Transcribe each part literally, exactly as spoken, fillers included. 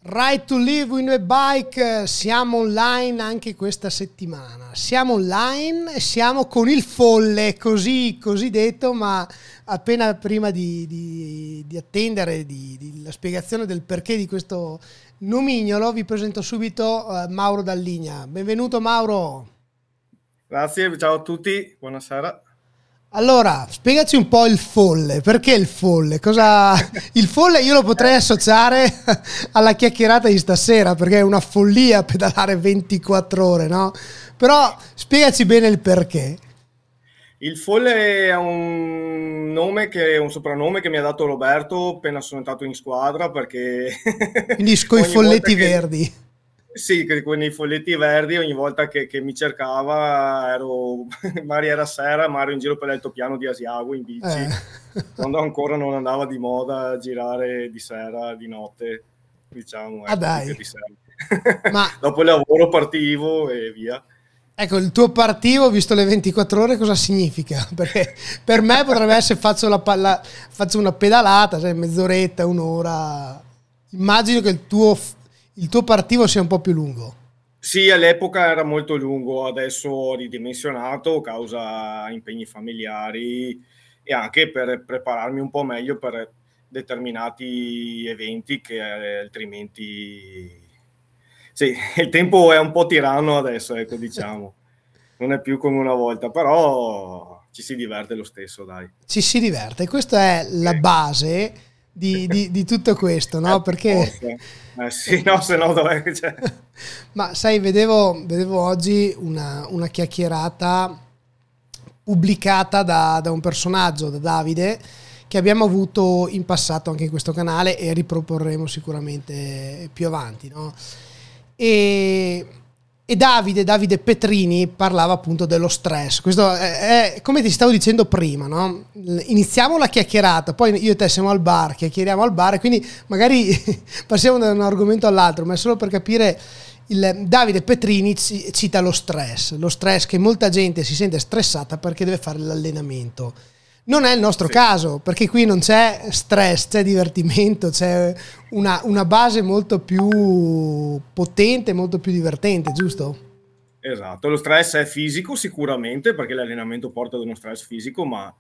Right to Live with a Bike, siamo online anche questa settimana. Siamo online e siamo con il folle, così, così detto, ma appena prima di, di, di attendere di, di la spiegazione del perché di questo nomignolo, vi presento subito uh, Mauro Dalligna. Benvenuto Mauro. Grazie, ciao a tutti, buonasera. Allora, spiegaci un po' il folle, perché il folle? Cosa... Il folle io lo potrei associare alla chiacchierata di stasera, perché è una follia pedalare ventiquattro ore, no? Però spiegaci bene il perché. Il folle è un nome che è un soprannome che mi ha dato Roberto appena sono entrato in squadra, perché quindi coi folletti che... verdi. Sì, con i folletti verdi ogni volta che, che mi cercava ero, magari era sera, ma ero in giro per l'altopiano di Asiago in bici, eh. quando ancora non andava di moda girare di sera, di notte, diciamo, ah, ecco, dai. di sera. Ma... Dopo il lavoro partivo e via. Ecco, il tuo partivo, visto le ventiquattro ore, cosa significa? Perché per me potrebbe essere faccio, la, la, faccio una pedalata, cioè mezz'oretta, un'ora. Immagino che il tuo... il tuo partivo sia un po' più lungo. Sì, all'epoca era molto lungo, adesso ho ridimensionato causa impegni familiari e anche per prepararmi un po' meglio per determinati eventi che altrimenti... Sì, il tempo è un po' tiranno adesso, ecco, diciamo. Non è più come una volta, però ci si diverte lo stesso, dai. Ci si diverte, questa è la base di, di, di tutto questo, no? Perché... Eh sì, no, se no dov'è che c'è? Ma sai, vedevo, vedevo oggi una, una chiacchierata pubblicata da, da un personaggio, da Davide, che abbiamo avuto in passato anche in questo canale e riproporremo sicuramente più avanti, no? E... E Davide, Davide Petrini parlava appunto dello stress. Questo è, è come ti stavo dicendo prima, no? Iniziamo la chiacchierata, poi io e te siamo al bar, chiacchieriamo al bar e quindi magari passiamo da un argomento all'altro, ma è solo per capire. Il Davide Petrini cita lo stress, lo stress che molta gente si sente stressata perché deve fare l'allenamento. Non è il nostro sì. caso, perché qui non c'è stress, c'è divertimento, c'è una, una base molto più potente, molto più divertente, giusto? Esatto, lo stress è fisico sicuramente, perché l'allenamento porta ad uno stress fisico, ma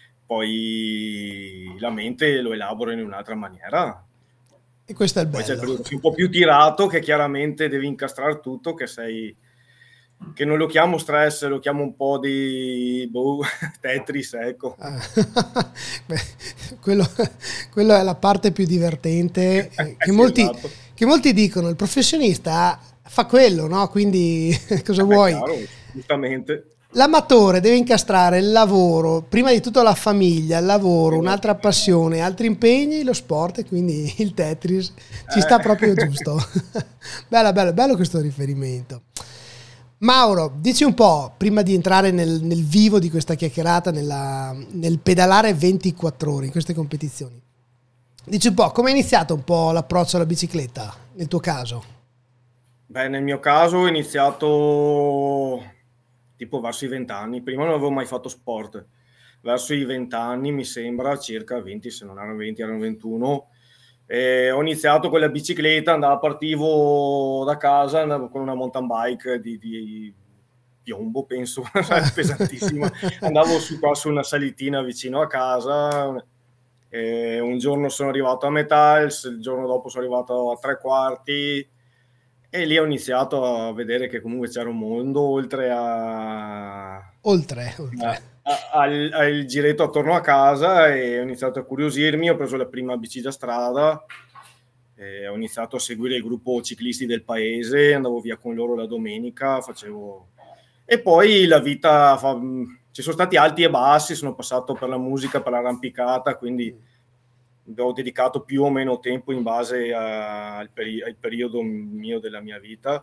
poi la mente lo elabora in un'altra maniera. E questo è il bello. Poi c'è il periodo un po' più tirato, che chiaramente devi incastrare tutto, che sei... che non lo chiamo stress, lo chiamo un po' di boh, Tetris, ecco. Ah. Beh, quello, quello è la parte più divertente, eh, che, sì, molti, esatto. che molti dicono, il professionista fa quello, no? Quindi cosa eh vuoi? Beh, chiaro, giustamente. L'amatore deve incastrare il lavoro, prima di tutto la famiglia, il lavoro, un'altra passione, altri impegni, lo sport, e quindi il Tetris ci eh. sta proprio giusto. Bello, bello, bello questo riferimento. Mauro, dici un po', prima di entrare nel, nel vivo di questa chiacchierata, nella, nel pedalare ventiquattro ore in queste competizioni, dici un po', come è iniziato un po' l'approccio alla bicicletta, nel tuo caso? Beh, nel mio caso ho iniziato tipo verso i vent'anni, prima non avevo mai fatto sport, verso i vent'anni mi sembra, circa venti, se non erano venti erano ventuno, e ho iniziato con la bicicletta, andavo, partivo da casa, andavo con una mountain bike di, di piombo, penso, pesantissima, andavo su, qua, su una salitina vicino a casa, e un giorno sono arrivato a metà, il giorno dopo sono arrivato a tre quarti, e lì ho iniziato a vedere che comunque c'era un mondo oltre a... Oltre, oltre. A, Al, al giretto attorno a casa, e ho iniziato a curiosirmi, ho preso la prima bici da strada, e ho iniziato a seguire il gruppo ciclisti del paese, andavo via con loro la domenica, facevo... E poi la vita, fa... ci sono stati alti e bassi, sono passato per la musica, per l'arrampicata, quindi ho dedicato più o meno tempo in base a... al, peri... al periodo mio della mia vita,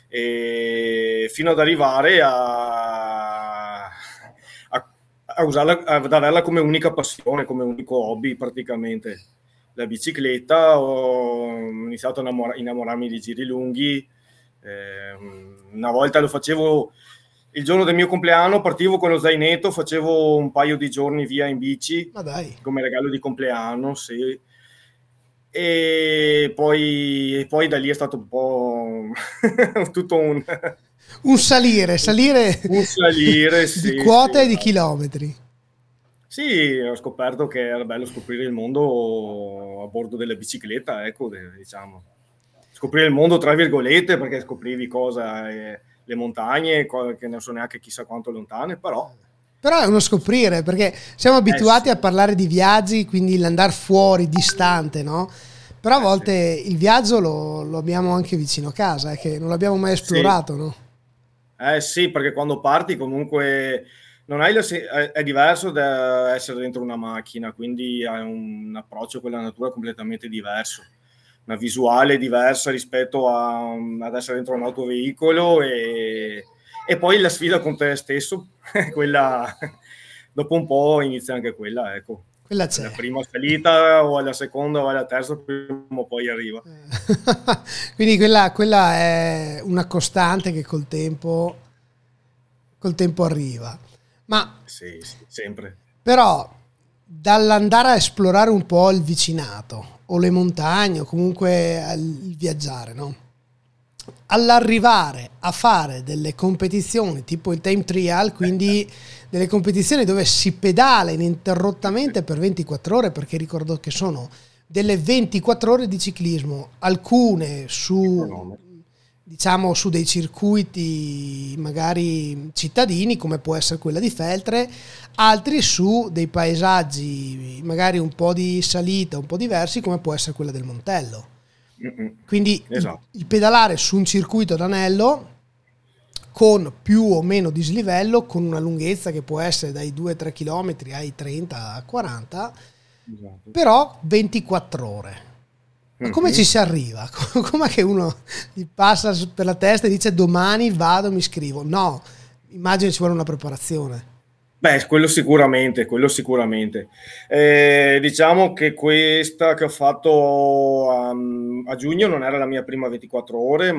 e fino ad arrivare a... a usarla, ad averla come unica passione, come unico hobby praticamente. La bicicletta, ho iniziato a innamora- innamorarmi di giri lunghi, eh, una volta lo facevo il giorno del mio compleanno, partivo con lo zainetto, facevo un paio di giorni via in bici, ma dai, come regalo di compleanno, sì. E e poi, e poi da lì è stato un po' tutto un... un salire, salire, un salire di sì, quota sì, e di no. chilometri. Sì, ho scoperto che era bello scoprire il mondo a bordo della bicicletta, ecco, diciamo. Scoprire il mondo tra virgolette, perché scoprivi cosa, eh, le montagne, co- che non sono neanche chissà quanto lontane, però... Però è uno scoprire, perché siamo abituati Eh sì. a parlare di viaggi, quindi l'andare fuori, distante, no? Però a Eh volte sì. il viaggio lo, lo abbiamo anche vicino a casa, è che non l'abbiamo mai Sì. esplorato, no? Eh sì, perché quando parti comunque non hai la se- è, è diverso da essere dentro una macchina, quindi hai un approccio con la natura completamente diverso, una visuale diversa rispetto a, ad essere dentro un autoveicolo e, e poi la sfida con te stesso, quella dopo un po' inizia anche quella, ecco. Quella La c'è. prima salita o alla seconda o alla terza, prima o poi arriva. Quindi quella, quella è una costante che col tempo, col tempo arriva. Ma Sì, sì, sempre. però dall'andare a esplorare un po' il vicinato o le montagne o comunque il viaggiare, no? All'arrivare a fare delle competizioni tipo il time trial, quindi delle competizioni dove si pedala ininterrottamente per ventiquattro ore, perché ricordo che sono delle ventiquattro ore di ciclismo, alcune su, diciamo, su dei circuiti magari cittadini come può essere quella di Feltre, altri su dei paesaggi magari un po' di salita, un po' diversi come può essere quella del Montello. Quindi Esatto. il, il pedalare su un circuito d'anello con più o meno dislivello, con una lunghezza che può essere dai due tre chilometri ai trenta quaranta, Esatto. però ventiquattro ore. Ma come Mm-hmm. ci si arriva? Com'è che uno gli passa per la testa e dice domani vado, mi iscrivo? No, immagino ci vuole una preparazione. Beh, quello sicuramente, quello sicuramente. Eh, diciamo che questa che ho fatto um, a giugno non era la mia prima ventiquattro ore,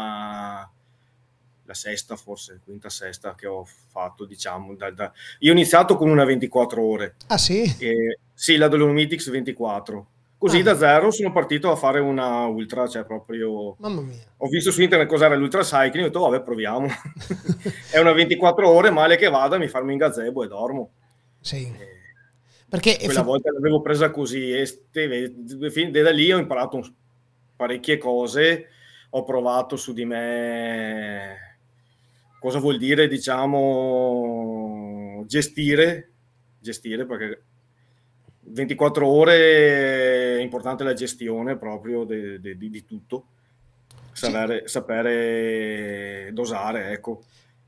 ma la sesta, forse, quinta, sesta che ho fatto, diciamo. Da, da... Io ho iniziato con una ventiquattro ore. Ah sì? Eh, sì, la Dolomitics ventiquattro. Così Ah, da zero sono partito a fare una ultra, cioè proprio... mamma mia. Ho visto su internet cos'era l'ultra cycling, ho detto vabbè proviamo. È una ventiquattro ore, male che vada, mi farmi in gazebo e dormo. Sì. E Perché quella effe- volta l'avevo presa così e ste- da lì ho imparato un- parecchie cose, ho provato su di me cosa vuol dire, diciamo, gestire, gestire perché ventiquattro ore è importante la gestione proprio de, de, di, di tutto, sì. sapere, sapere dosare, ecco.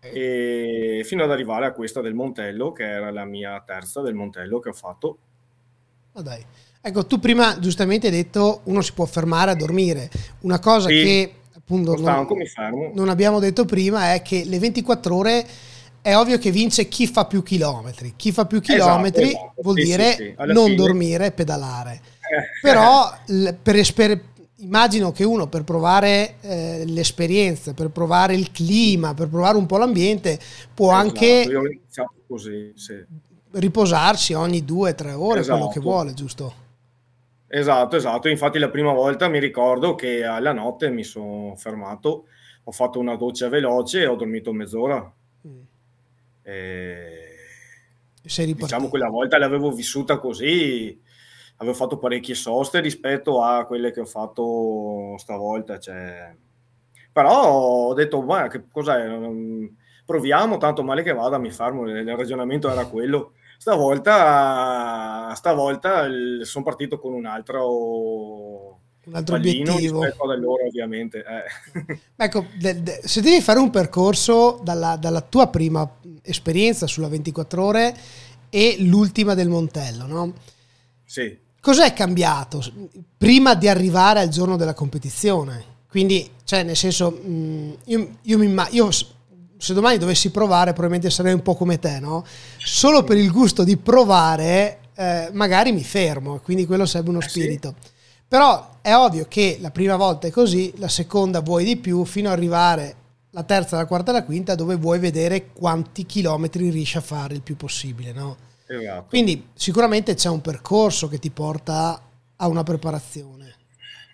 E fino ad arrivare a questa del Montello, che era la mia terza del Montello che ho fatto. Ma dai. Ecco, tu prima giustamente hai detto uno si può fermare a dormire. Una cosa Sì, che appunto sono stanco, non, mi fermo. non abbiamo detto prima è che le ventiquattro ore è ovvio che vince chi fa più chilometri. Chi fa più chilometri Esatto, esatto. vuol Sì, dire sì, sì. Alla non fine. dormire e pedalare. Eh. Però l- per esper- immagino che uno per provare eh, l'esperienza, per provare il clima, per provare un po' l'ambiente, può Esatto, anche io ho iniziato così, sì. riposarsi ogni due tre ore, quello che Esatto. vuole, giusto? Esatto, esatto. Infatti la prima volta mi ricordo che alla notte mi sono fermato, ho fatto una doccia veloce e ho dormito mezz'ora. Mm. E... Sei ripartito. Diciamo quella volta l'avevo vissuta così, avevo fatto parecchie soste rispetto a quelle che ho fatto stavolta. Cioè... Però ho detto, ma che cos'è? Proviamo, tanto male che vada, mi fermo. Il ragionamento era quello. Stavolta, stavolta sono partito con un altro, Un altro pallino obiettivo. rispetto ad allora, ovviamente. Eh. Ecco, de- de- se devi fare un percorso dalla, dalla tua prima esperienza sulla ventiquattro ore e l'ultima del Montello, no? Sì. Cos'è cambiato prima di arrivare al giorno della competizione? Quindi, cioè, nel senso, mh, io, io, mi, imma- io se domani dovessi provare, probabilmente sarei un po' come te, no? Solo per il gusto di provare, eh, magari mi fermo, quindi quello sarebbe uno Eh, spirito. Sì. Però è ovvio che la prima volta è così, la seconda vuoi di più, fino ad arrivare la terza, la quarta e la quinta, dove vuoi vedere quanti chilometri riesci a fare il più possibile, no? Esatto. Quindi sicuramente c'è un percorso che ti porta a una preparazione.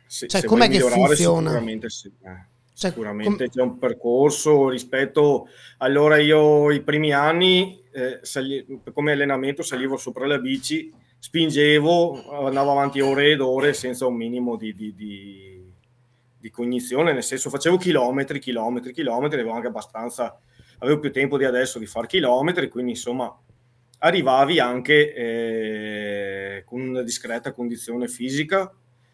se, Cioè, se vuoi com'è che migliorare funziona? sicuramente sì. Eh, Cioè, com- sicuramente c'è un percorso rispetto. Allora io i primi anni eh, sali- come allenamento salivo sopra la bici, spingevo, andavo avanti ore ed ore senza un minimo di, di, di, di cognizione, nel senso facevo chilometri, chilometri, chilometri, avevo anche abbastanza, avevo più tempo di adesso di fare chilometri, quindi insomma arrivavi anche eh, con una discreta condizione fisica,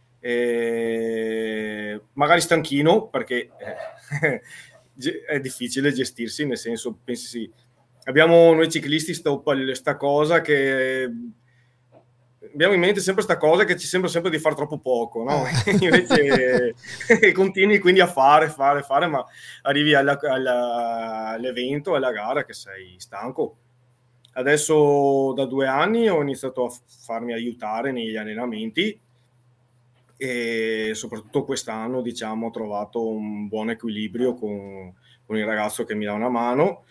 eh, magari stanchino perché eh, è difficile gestirsi, nel senso, pensi sì, abbiamo noi ciclisti sto, sta cosa che abbiamo in mente sempre sta cosa che ci sembra sempre di fare troppo poco, no? eh. Invece continui quindi a fare, fare, fare, ma arrivi alla, alla, all'evento, alla gara che sei stanco. Adesso da due anni ho iniziato a farmi aiutare negli allenamenti e soprattutto quest'anno, diciamo, ho trovato un buon equilibrio con, con il ragazzo che mi dà una mano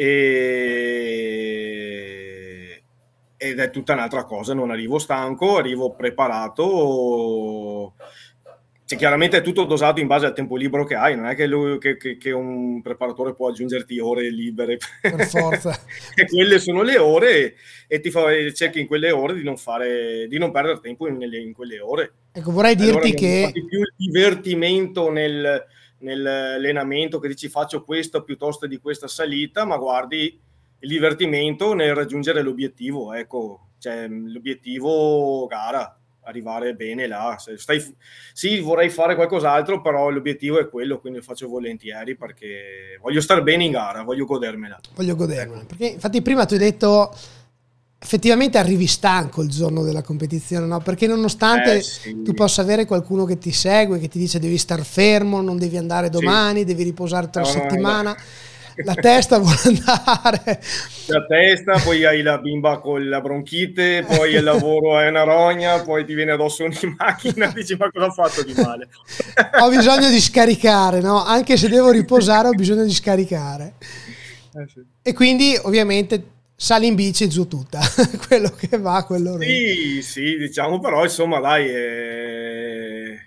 e, ed è tutta un'altra cosa, non arrivo stanco, arrivo preparato. Cioè, chiaramente è tutto dosato in base al tempo libero che hai, non è che, lui, che, che, che un preparatore può aggiungerti ore libere, Per forza. e quelle sono le ore e ti fa, cerchi in quelle ore di non, fare, di non perdere tempo in, in quelle ore. Ecco, vorrei Allora dirti non che fatti più il divertimento nel, nell'allenamento che dici faccio questo piuttosto di questa salita, ma guardi il divertimento nel raggiungere l'obiettivo, ecco, cioè l'obiettivo gara, arrivare bene là. Se stai, sì, vorrei fare qualcos'altro, però l'obiettivo è quello, quindi lo faccio volentieri perché voglio star bene in gara, voglio godermela. voglio godermela. Ecco. Perché infatti prima tu hai detto effettivamente arrivi stanco il giorno della competizione, no? Perché Eh nonostante sì, tu possa avere qualcuno che ti segue, che ti dice devi star fermo, non devi andare sì. domani, devi riposare tra No, no, no. settimana, la testa vuole andare. La testa, poi hai la bimba con la bronchite, poi il lavoro è una rogna, poi ti viene addosso in macchina, dici ma cosa ho fatto di male? Ho bisogno di scaricare, no? Anche se devo riposare ho bisogno di scaricare. Eh sì. E quindi ovviamente sali in bici e giù tutta, quello che va, quello re. Sì, sì, diciamo, però insomma dai, eh,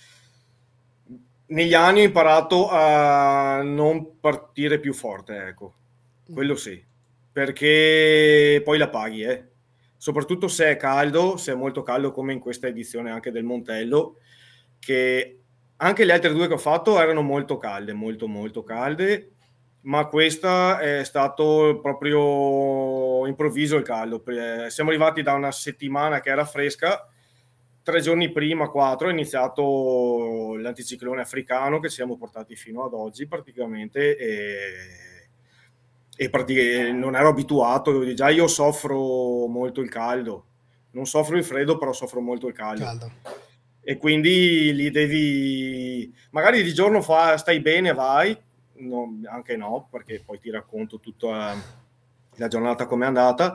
negli anni ho imparato a non partire più forte, ecco, quello sì, perché poi la paghi, eh. Soprattutto se è caldo, se è molto caldo come in questa edizione anche del Montello, che anche le altre due che ho fatto erano molto calde, molto molto calde, ma questa è stato proprio improvviso il caldo. Siamo arrivati da una settimana che era fresca, tre giorni prima, quattro, è iniziato l'anticiclone africano che ci siamo portati fino ad oggi praticamente e, e praticamente non ero abituato, già io soffro molto il caldo, non soffro il freddo però soffro molto il caldo. Caldo. E quindi li devi, magari di giorno fa stai bene, vai, no, anche no, perché poi ti racconto tutta la giornata com'è andata,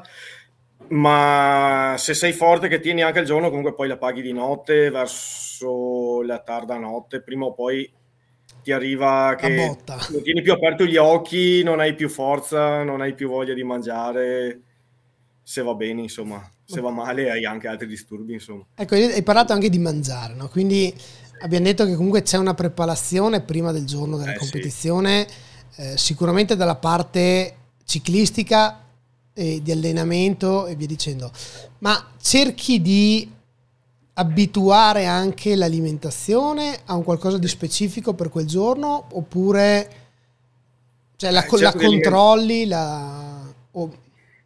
ma se sei forte che tieni anche il giorno, comunque poi la paghi di notte, verso la tarda notte, prima o poi ti arriva La che botta. non tieni più aperto gli occhi, non hai più forza, non hai più voglia di mangiare, se va bene, insomma, se va male hai anche altri disturbi, insomma. Ecco, hai parlato anche di mangiare, no? Quindi abbiamo detto che comunque c'è una preparazione prima del giorno della Eh sì. competizione, eh, sicuramente dalla parte ciclistica e di allenamento e via dicendo, ma cerchi di abituare anche l'alimentazione a un qualcosa di specifico per quel giorno oppure cioè, la, Eh, la cerco di alimentare. controlli la, o,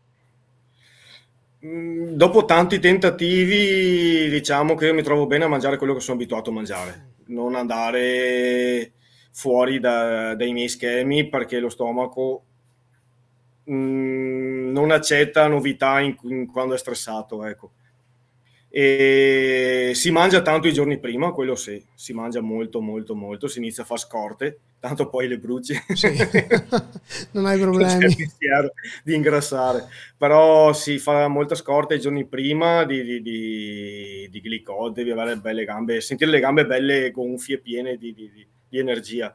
Mm, Dopo tanti tentativi, diciamo che io mi trovo bene a mangiare quello che sono abituato a mangiare, non andare fuori da- dai miei schemi perché lo stomaco mm, non accetta novità in- in- quando è stressato, ecco. E si mangia tanto i giorni prima, quello sì, si mangia molto molto molto, si inizia a fare scorte, tanto poi le bruci. sì, non hai Non c'è problemi. pensiero di ingrassare, però si fa molta scorta i giorni prima di, di, di, di glicol, devi avere belle gambe, sentire le gambe belle gonfie, piene di, di, di, di energia.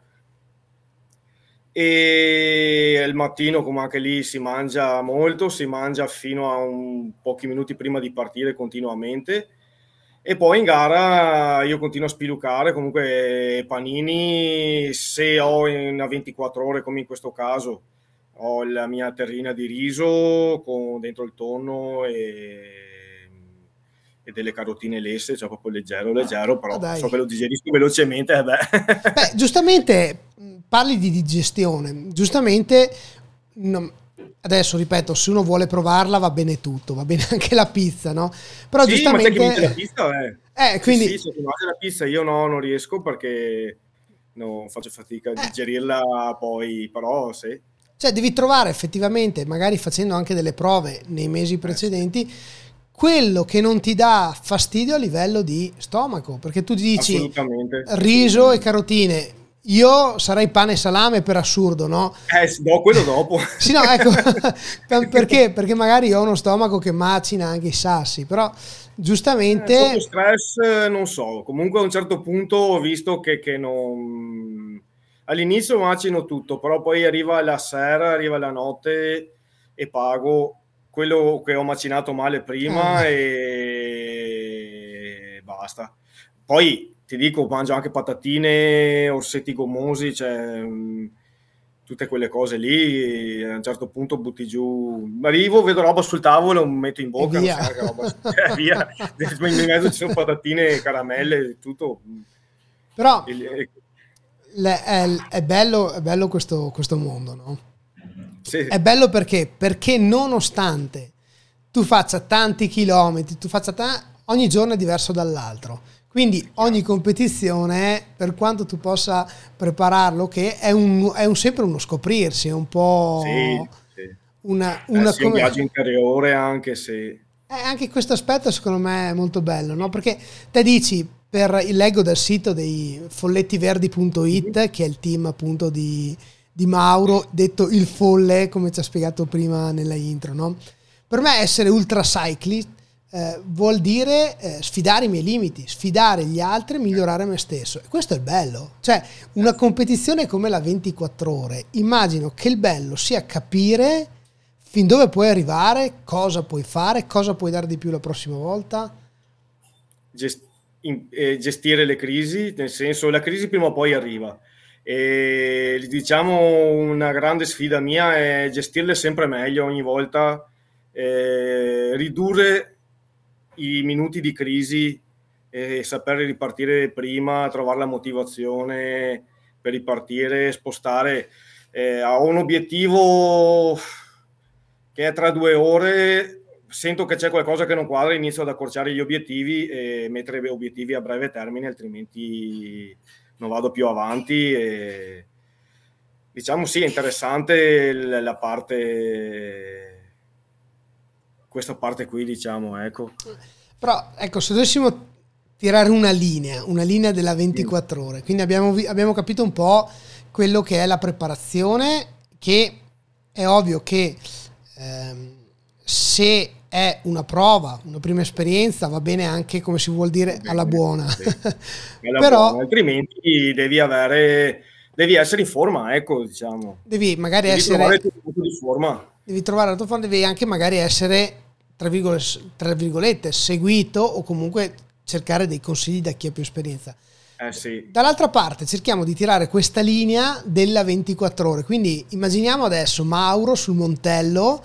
E il mattino, come anche lì, si mangia molto, si mangia fino a un, pochi minuti prima di partire continuamente E poi in gara io continuo a spilucare, comunque panini, se ho una ventiquattro ore come in questo caso, ho la mia terrina di riso con dentro il tonno e, e delle carotine lesse, cioè proprio leggero, leggero, Ah, però so dai. che lo digerisco velocemente, eh beh. Beh, giustamente mh, parli di digestione, giustamente non- adesso ripeto, se uno vuole provarla va bene tutto, va bene anche la pizza, no? Però Sì, ma c'è chi mangia la giustamente, pizza, eh. eh, Sì, sì, quindi, c'è chi mangia la pizza, io no, non riesco perché non faccio fatica a eh, digerirla poi, però sì, cioè devi trovare effettivamente, magari facendo anche delle prove nei mesi eh sì, precedenti, quello che non ti dà fastidio a livello di stomaco, perché tu dici assolutamente, riso e assolutamente. carotine, io sarei pane e salame per assurdo, no? Eh, s no, quello dopo. Sì, no, ecco, perché? Perché magari ho uno stomaco che macina anche i sassi, però Eh, sotto giustamente, stress eh, non so, comunque a un certo punto ho visto che, che non... All'inizio macino tutto, però poi arriva la sera, arriva la notte e pago quello che ho macinato male prima eh, e basta. Poi ti dico, mangio anche patatine, orsetti gommosi, cioè mh, tutte quelle cose lì, a un certo punto butti giù, arrivo, vedo roba sul tavolo, metto in e bocca, non via. so neanche che roba, cioè, via, in mezzo ci sono patatine, caramelle, tutto. Però E- e- le- è, è bello, è bello questo, questo mondo, no? È sì, bello perché? Perché nonostante tu faccia tanti chilometri, tu faccia ta- ogni giorno è diverso dall'altro. Quindi è ogni chiaro. competizione, per quanto tu possa prepararlo, che è, un, è un- sempre uno scoprirsi, è un po' Sì, sì. una, Eh, una sì, è un come... viaggio interiore anche se... Eh, anche questo aspetto secondo me è molto bello, no? Perché te dici, per il leggo del sito dei follettiverdi punto Mhm. it, che è il team appunto di, di Mauro, detto il folle, come ci ha spiegato prima nella intro, no? Per me essere ultra cyclist eh, vuol dire eh, sfidare i miei limiti, sfidare gli altri, migliorare me stesso. E questo è il bello. Cioè, Eh, una competizione come la ventiquattro ore, immagino che il bello sia capire fin dove puoi arrivare, cosa puoi fare, cosa puoi dare di più la prossima volta. gest- in- eh, gestire le crisi, nel senso la crisi prima o poi arriva. E diciamo una grande sfida mia è gestirle sempre meglio ogni volta, eh, ridurre i minuti di crisi e saper ripartire prima, trovare la motivazione per ripartire, spostare. Eh, ho un obiettivo che è tra due ore, sento che c'è qualcosa che non quadra, inizio ad accorciare gli obiettivi e mettere obiettivi a breve termine, altrimenti non vado più avanti. E, diciamo sì, è interessante la parte, questa parte qui, diciamo, ecco. Però ecco, se dovessimo tirare una linea, una linea della Mm. ventiquattro ore, quindi abbiamo, vi- abbiamo capito un po' quello che è la preparazione, che è ovvio che ehm, se è una prova, una prima esperienza, va bene anche, come si vuol Va dire, alla bene, buona. sì, è la buona, Però altrimenti devi avere, devi essere in forma, ecco, diciamo, devi magari devi trovare essere il tuo punto di forma. devi trovare la tua forma, devi anche magari essere, tra virgolette, tra virgolette, seguito o comunque cercare dei consigli da chi ha più esperienza. Eh sì, Dall'altra parte cerchiamo di tirare questa linea della ventiquattro ore, quindi immaginiamo adesso Mauro sul Montello,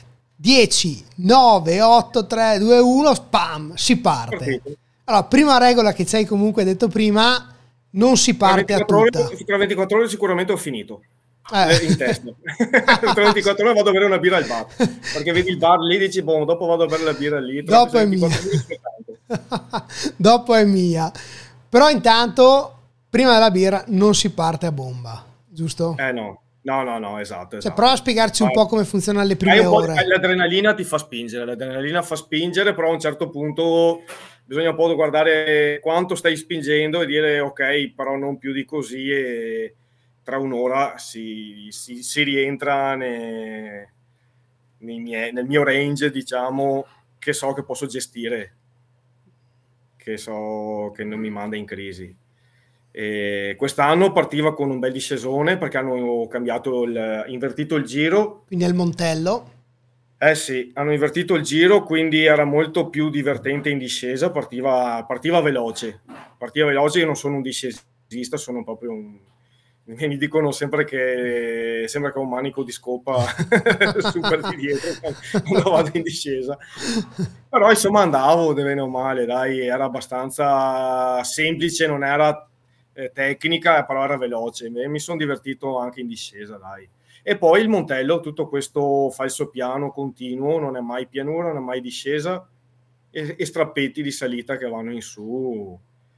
dieci, nove, otto, tre, due, uno, spam, si parte. partito. Allora, prima regola che ci hai comunque detto prima, non si Tra parte a ventiquattro ore, tutta. tra ventiquattro ore sicuramente ho finito Eh. le- in testa. Tra ventiquattro ore vado a bere una birra al bar, perché vedi il bar lì, dici, boh, dopo vado a bere la birra lì, tra Dopo è mia. ventiquattro ore sono tanto. Dopo è mia. Però intanto, prima della birra, non si parte a bomba, giusto? Eh no, no, no, no, esatto, Cioè, prova a esatto. spiegarci un Ma po' come funzionano le hai prime un po' di- ore. l'adrenalina ti fa spingere, l'adrenalina fa spingere, però a un certo punto bisogna un po' guardare quanto stai spingendo e dire ok, però non più di così e tra un'ora si, si- si rientra ne- nei miei- nel mio range, diciamo, che so che posso gestire, che so che non mi manda in crisi. E quest'anno partiva con un bel discesone perché hanno cambiato il, invertito il giro Quindi al Montello. Eh sì, hanno invertito il giro, quindi era molto più divertente in discesa, partiva, partiva veloce, partiva veloce, io non sono un discesista, sono proprio un... mi dicono sempre che sembra che ho un manico di scopa super di dietro quando vado in discesa, però insomma andavo bene o male, dai, era abbastanza semplice, non era eh, tecnica, però era veloce, e mi sono divertito anche in discesa, dai. E poi il Montello, tutto questo falso piano continuo, non è mai pianura, non è mai discesa, e, e strappetti di salita che vanno in su.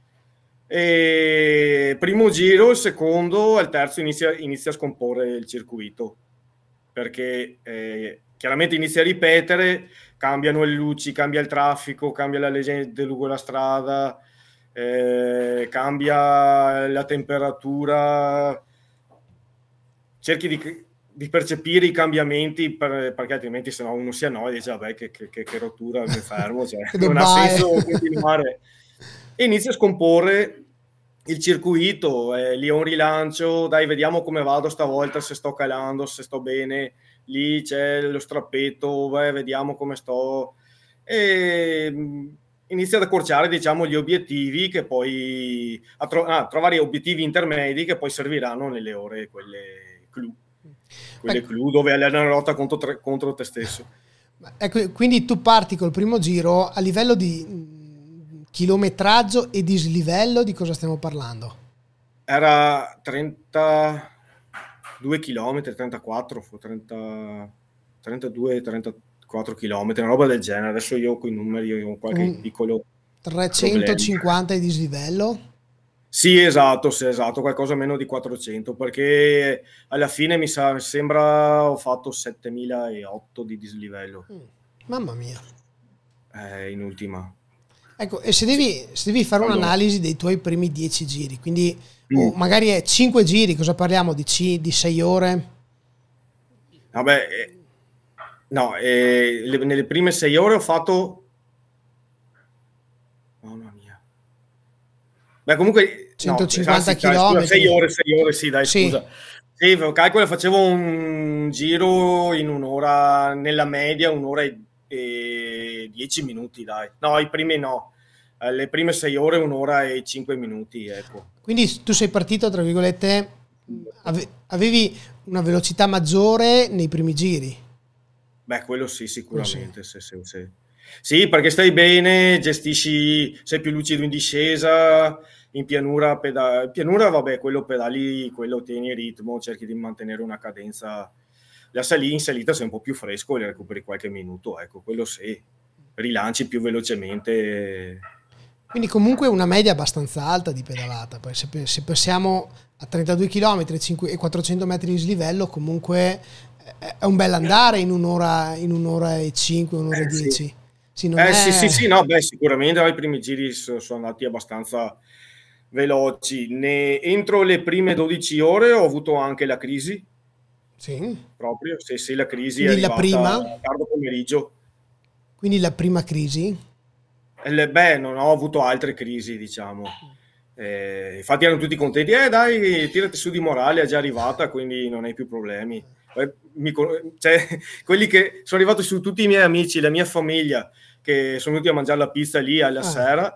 E primo giro, il secondo, al terzo inizia, inizia a scomporre il circuito, perché eh, chiaramente inizia a ripetere, cambiano le luci, cambia il traffico, cambia la legge lungo la strada, eh, cambia la temperatura, cerchi di, di percepire i cambiamenti per, perché altrimenti se no uno si annoia e dice vabbè che, che, che, che rottura, mi fermo, cioè, non ha senso continuare, e inizia a scomporre il circuito, eh, lì è un rilancio, dai vediamo come vado stavolta, se sto calando, se sto bene, lì c'è lo strappetto, beh, vediamo come sto, e mh, inizia ad accorciare diciamo gli obiettivi che poi a tro- ah, trovare obiettivi intermedi che poi serviranno nelle ore quelle clou, quelle Beh, clou dove hai una lotta contro, tre- contro te stesso. ecco, quindi tu parti col primo giro a livello di mh, chilometraggio e dislivello, di cosa stiamo parlando? Era trentadue chilometri, trentaquattro, trenta, trentadue, trentaquattro chilometri, una roba del genere. Adesso io con i numeri ho qualche Un piccolo problema. trecentocinquanta di dislivello? Sì, esatto, sì, esatto, qualcosa meno di quattrocento, perché alla fine mi sa, sembra ho fatto settemilaotto di dislivello, Mm, mamma mia. eh, in ultima. Ecco, e se Sì. devi, se devi fare Allora, un'analisi dei tuoi primi dieci giri, quindi o mm, magari è cinque giri, cosa parliamo? Di, ci- di sei ore? vabbè, eh, no, eh, le- nelle prime sei ore ho fatto, mamma mia. Beh, comunque, no, centocinquanta anzi, dai, scusa, sei chilometri? ore, sei ore, sì, dai, Sì. scusa. Sì, calcola, facevo un giro in un'ora, nella media, un'ora e, e dieci minuti, dai. No, i primi no. Eh, Le prime sei ore, un'ora e cinque minuti, ecco. Quindi tu sei partito, tra virgolette, ave- avevi una velocità maggiore nei primi giri. Beh, quello sì, Quello sì. sicuramente, sì, sì, sì. Sì, perché stai bene, gestisci, sei più lucido in discesa, in pianura, peda- in pianura, vabbè, quello pedali, quello tieni il ritmo, cerchi di mantenere una cadenza. La sali- in salita sei un po' più fresco e le recuperi qualche minuto, ecco, quello sì. Rilanci più velocemente. Quindi comunque una media abbastanza alta di pedalata. Poi se, pe- se pensiamo a trentadue chilometri e quattrocento metri di slivello, comunque è è un bel andare in un'ora, in un'ora e cinque, un'ora e Eh sì. dieci. Sì, non Eh sì, sì, è... sì, no, beh, sicuramente i primi giri so- sono andati abbastanza veloci. Ne- entro le prime dodici ore ho avuto anche la crisi, Sì. proprio, sì, sì, la crisi è Quindi la arrivata prima, tardo pomeriggio. quindi la prima crisi. E le- beh, non ho avuto altre crisi, diciamo. Eh, infatti erano tutti contenti, eh dai, tirati su di morale, è già arrivata, quindi non hai più problemi. Poi mi con- cioè, quelli che sono arrivati su tutti i miei amici, la mia famiglia, che sono venuti a mangiare la pizza lì alla Ah. sera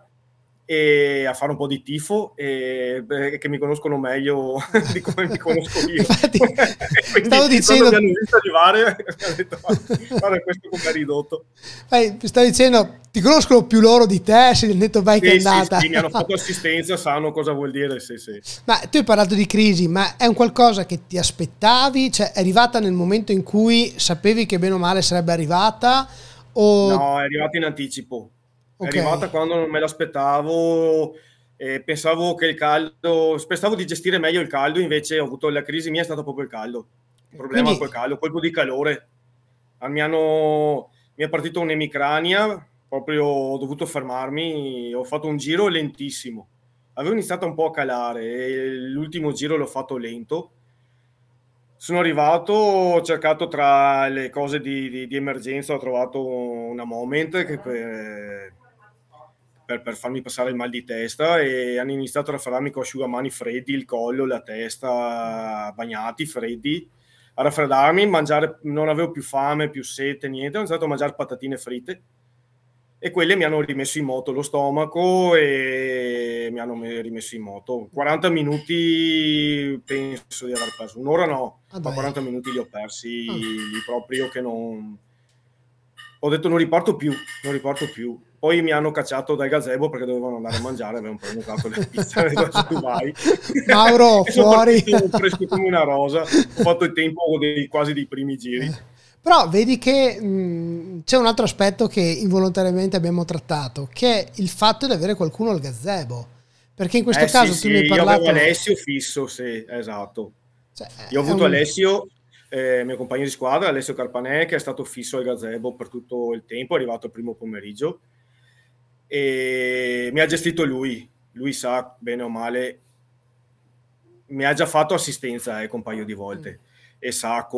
e a fare un po' di tifo e beh, che mi conoscono meglio di come mi conosco io. Infatti, E quindi stavo quando dicendo, mi hanno visto arrivare mi hanno detto guarda questo come è ridotto. eh, stavo dicendo, ti conoscono più loro di te, si è detto vai che è Sì, sì, andata. sì, mi hanno fatto assistenza, sanno cosa vuol dire, sì, sì. Ma tu hai parlato di crisi, ma è un qualcosa che ti aspettavi? Cioè è arrivata nel momento in cui sapevi che bene o male sarebbe arrivata? O... No, è arrivata in anticipo. È Ok, arrivata quando non me l'aspettavo, e pensavo che il caldo, pensavo di gestire meglio il caldo, invece ho avuto la crisi mia, è stato proprio il caldo. Un problema col quindi caldo, colpo di calore. Ah, Mi, hanno, mi è partita un'emicrania, proprio ho dovuto fermarmi, ho fatto un giro lentissimo. Avevo iniziato un po' a calare e l'ultimo giro l'ho fatto lento. Sono arrivato, ho cercato tra le cose di, di- di emergenza, ho trovato una Moment che per, per- per farmi passare il mal di testa e hanno iniziato a raffararmi con asciugamani freddi, il collo, la testa bagnati, freddi. a raffreddarmi, mangiare, non avevo più fame, più sete, niente, ho iniziato a mangiare patatine fritte e quelle mi hanno rimesso in moto lo stomaco e mi hanno rimesso in moto. quaranta minuti penso di aver perso, un'ora no, ah, ma quaranta minuti li ho persi, ah. lì proprio che non... Ho detto non riparto più, non riparto più. Poi mi hanno cacciato dal gazebo perché dovevano andare a mangiare, avevano prenotato le pizze da Dubai. Mauro, fuori! Ho preso come una rosa, ho fatto il tempo dei, quasi dei primi giri. Eh. Però vedi che mh, c'è un altro aspetto che involontariamente abbiamo trattato, che è il fatto di avere qualcuno al gazebo. Perché in questo eh, caso sì, tu sì, mi hai parlato... Io avevo Alessio fisso, sì, esatto. Cioè, io ho avuto un... Alessio... Eh, mio compagno di squadra, Alessio Carpanè, che è stato fisso al gazebo per tutto il tempo, è arrivato il primo pomeriggio e mi ha gestito lui, lui sa bene o male, mi ha già fatto assistenza ecco, un paio di volte mm. e sa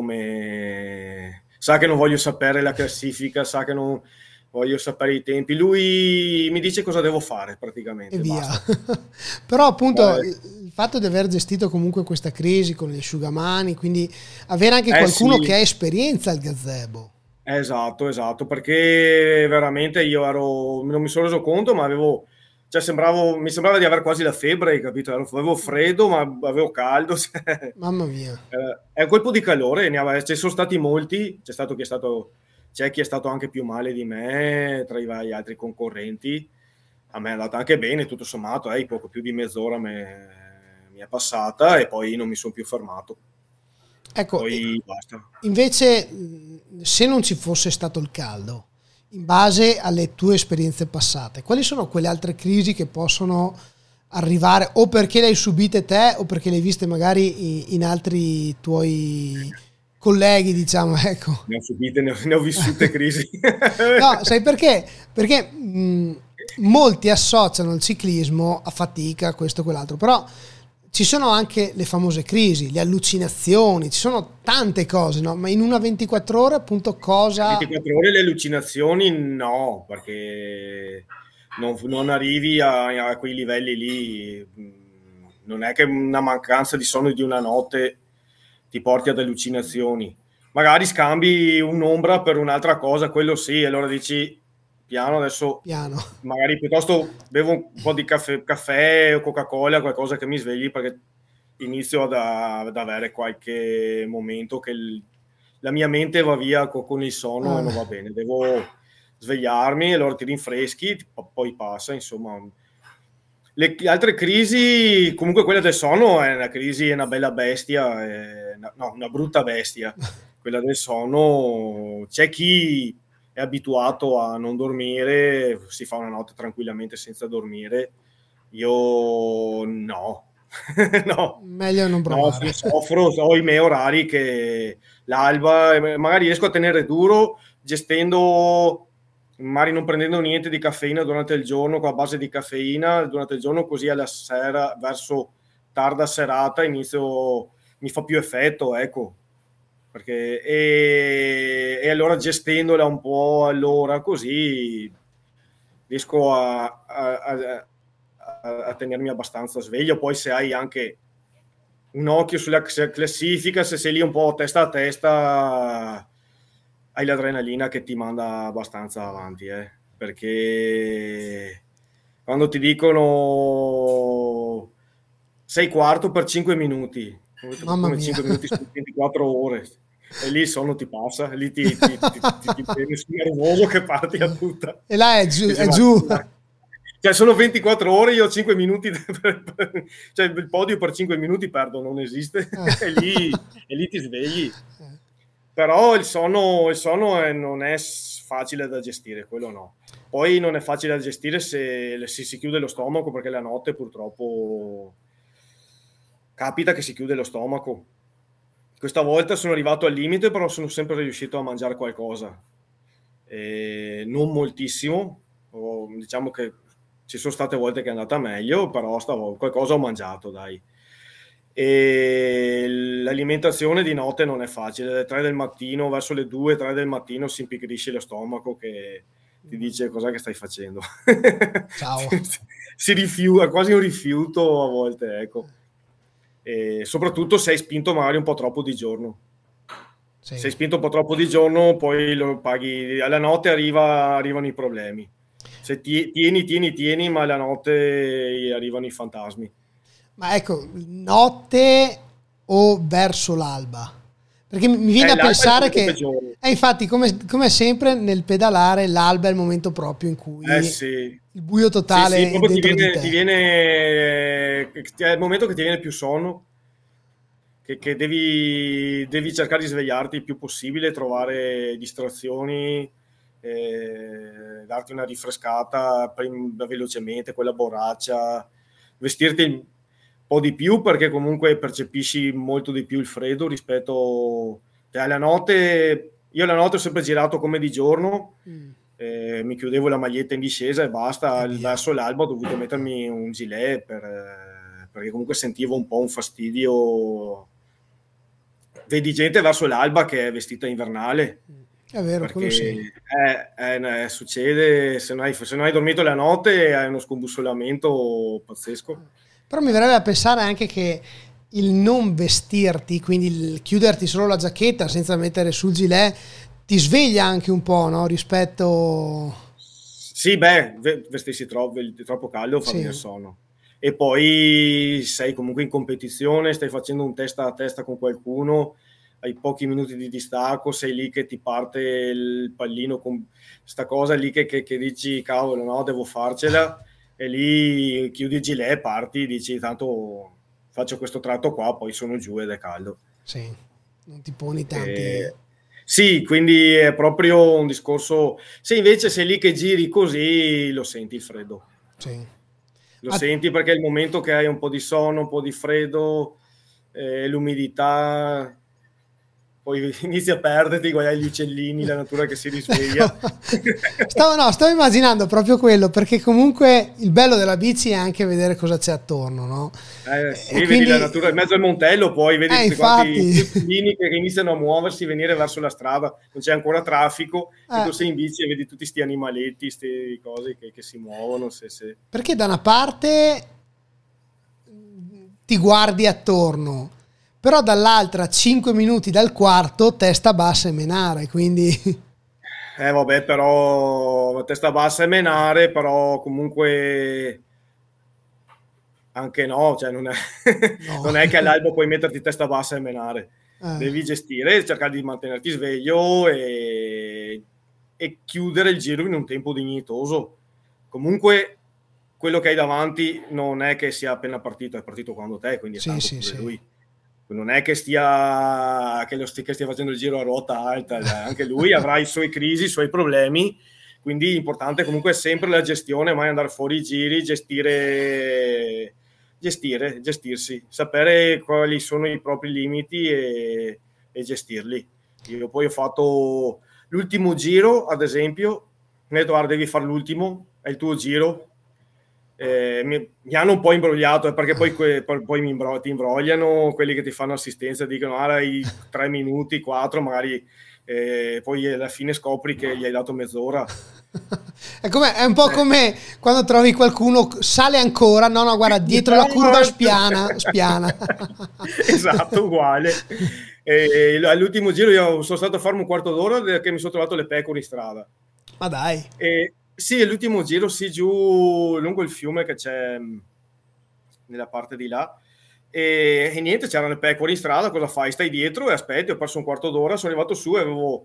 come, sa che non voglio sapere la classifica, sa che non voglio sapere i tempi, lui mi dice cosa devo fare praticamente e via. Basta. Però appunto Beh, il fatto di aver gestito comunque questa crisi con gli asciugamani, quindi avere anche eh qualcuno sì. che ha esperienza al gazebo. Esatto, esatto, perché veramente io ero, non mi sono reso conto, ma avevo, cioè sembravo, mi sembrava di avere quasi la febbre, hai capito? Avevo freddo, ma avevo caldo. Mamma mia. Eh, è un colpo di calore, ne aveva, ci sono stati molti, c'è stato chi è stato, c'è chi è stato anche più male di me, tra i vari altri concorrenti. A me è andata anche bene, tutto sommato, eh, poco più di mezz'ora me, mi è passata e poi non mi sono più fermato. Ecco, poi basta. Invece, se non ci fosse stato il caldo, in base alle tue esperienze passate, quali sono quelle altre crisi che possono arrivare o perché le hai subite te o perché le hai viste magari in altri tuoi colleghi, diciamo, ecco. Ne ho subite, ne ho, ne ho vissute crisi. No, sai perché? Perché mh, molti associano il ciclismo a fatica, questo e quell'altro, però ci sono anche le famose crisi, le allucinazioni, ci sono tante cose, no? Ma in una ventiquattro ore appunto cosa... ventiquattro ore le allucinazioni no, perché non, non arrivi a, a quei livelli lì, non è che una mancanza di sonno di una notte ti porti ad allucinazioni. Magari scambi un'ombra per un'altra cosa, quello sì, allora dici piano adesso, piano. Magari piuttosto bevo un po' di caffè, caffè o Coca-Cola, qualcosa che mi svegli, perché inizio ad, ad avere qualche momento che il, la mia mente va via con, con il sonno ah. e non va bene, devo svegliarmi, allora ti rinfreschi, poi passa, insomma. Le altre crisi, comunque quella del sonno è una crisi, è una bella bestia, è una, no, una brutta bestia. Quella del sonno, c'è chi è abituato a non dormire, si fa una notte tranquillamente senza dormire. Io no, no. Meglio non provare. No, soffro, ho i miei orari che l'alba, magari riesco a tenere duro gestendo... magari non prendendo niente di caffeina durante il giorno, con la base di caffeina durante il giorno, così alla sera, verso tarda serata, inizio, mi fa più effetto, ecco. Perché, e, e allora gestendola un po' allora, così riesco a, a, a, a tenermi abbastanza sveglio. Poi se hai anche un occhio sulla classifica, se sei lì un po' testa a testa... hai l'adrenalina che ti manda abbastanza avanti, eh? Perché quando ti dicono sei quarto per cinque minuti, Mamma come cinque minuti su ventiquattro ore, e lì il sonno ti passa, lì ti, ti, ti, ti, ti prendi sul nervoso che parti a tutta. E là è giù. È giù. Cioè sono ventiquattro ore, io ho cinque minuti, per, per, cioè il podio per cinque minuti perdo, non esiste, e, lì, e lì ti svegli. Però il sonno, il sonno è, non è facile da gestire, quello no. Poi non è facile da gestire se, se si chiude lo stomaco, perché la notte purtroppo capita che si chiude lo stomaco. Questa volta sono arrivato al limite, però sono sempre riuscito a mangiare qualcosa. E non moltissimo, o, diciamo che ci sono state volte che è andata meglio, però stavo, qualcosa ho mangiato, dai. E l'alimentazione di notte non è facile, alle tre del mattino, verso le due tre del mattino si impigrisce lo stomaco che ti dice cos'è che stai facendo. Ciao. Si rifiuta, quasi un rifiuto a volte, ecco. E soprattutto se hai spinto magari un po' troppo di giorno. Sì. sei spinto un po' troppo di giorno, poi lo paghi, alla notte arriva, arrivano i problemi. Se ti, tieni, tieni, tieni, ma alla notte arrivano i fantasmi. Ma ecco, notte o verso l'alba? Perché mi mi viene Eh, a l'alba è il pensare momento che, peggiore. eh, infatti, come, come sempre nel pedalare, l'alba è il momento proprio in cui Eh sì. il buio Sì, totale sì, è proprio ti dentro di viene, te. ti viene, è il momento che ti viene più sonno, che, che devi, devi cercare di svegliarti il più possibile, trovare distrazioni, eh, darti una rinfrescata prim- velocemente, quella borraccia, vestirti un po' di più perché comunque percepisci molto di più il freddo rispetto cioè, alla notte. Io la notte ho sempre girato come di giorno. Mm. Eh, mi chiudevo la maglietta in discesa e basta. E via. Verso l'alba ho dovuto mettermi un gilet per, eh, perché comunque sentivo un po' un fastidio. Vedi gente verso l'alba che è vestita invernale È vero, quello perché sì. eh, eh, eh, succede se non, hai, se non hai dormito la notte hai uno scombussolamento pazzesco. Però mi verrebbe a pensare anche che il non vestirti, quindi il chiuderti solo la giacchetta senza mettere sul gilet, ti sveglia anche un po', no? Rispetto... Sì, beh, ve- vestirsi troppo, troppo caldo fa Sì. venire sonno. E poi sei comunque in competizione, stai facendo un testa a testa con qualcuno, hai pochi minuti di distacco, sei lì che ti parte il pallino con sta cosa lì che, che- che dici, cavolo, no, devo farcela, e lì chiudi il gilet, parti, dici, tanto faccio questo tratto qua, poi sono giù ed è caldo. Sì, non ti poni tanti... Eh, sì, quindi è proprio un discorso. Se invece sei lì che giri così, lo senti il freddo. Sì. Lo Ma senti perché è il momento che hai un po' di sonno, un po' di freddo, eh, l'umidità, poi inizi a perderti, guardare gli uccellini, la natura che si risveglia. stavo, no, stavo immaginando proprio quello, perché comunque il bello della bici è anche vedere cosa c'è attorno, no? Eh, E sì, e vedi la quindi... natura in mezzo al montello, poi vedi Eh, tutti quanti infatti... gli uccellini che iniziano a muoversi, venire verso la strada, non c'è ancora traffico, e tu eh, sei in bici e vedi tutti sti animaletti, queste cose che, che si muovono. Se, se... perché da una parte ti guardi attorno, però dall'altra cinque minuti dal quarto testa bassa e menare, quindi Eh vabbè, però testa bassa e menare, però comunque anche no, cioè non è, no. non è che all'alba puoi metterti testa bassa e menare. Eh, Devi gestire, cercare di mantenerti sveglio e, e chiudere il giro in un tempo dignitoso. Comunque quello che hai davanti non è che sia appena partito, è partito quando te, quindi è sì, stanco sì, pure sì. lui. Non è che stia, che lo stia, che stia facendo il giro a ruota alta, anche lui avrà i suoi crisi, i suoi problemi, quindi l'importante comunque è sempre la gestione, mai andare fuori i giri, gestire, gestire, gestirsi, sapere quali sono i propri limiti e, e gestirli. Io poi ho fatto l'ultimo giro, ad esempio, mi ha detto guarda devi fare l'ultimo, è il tuo giro. Eh, mi, mi hanno un po' imbrogliato eh, perché poi, que, poi, poi mi imbro, ti imbrogliano quelli che ti fanno assistenza, dicono ah, hai tre minuti, quattro magari, eh, poi alla fine scopri che gli hai dato mezz'ora. È, come, è un po' Eh. come quando trovi qualcuno, sale ancora, no no guarda dietro la curva spiana, spiana. Esatto, uguale. E all'ultimo giro io sono stato a farmi un quarto d'ora che mi sono trovato le pecore in strada. Ma dai. E, sì, l'ultimo giro sì, giù lungo il fiume che c'è nella parte di là e, e niente, c'erano le pecore in strada, cosa fai? Stai dietro e aspetti, ho perso un quarto d'ora, sono arrivato su e avevo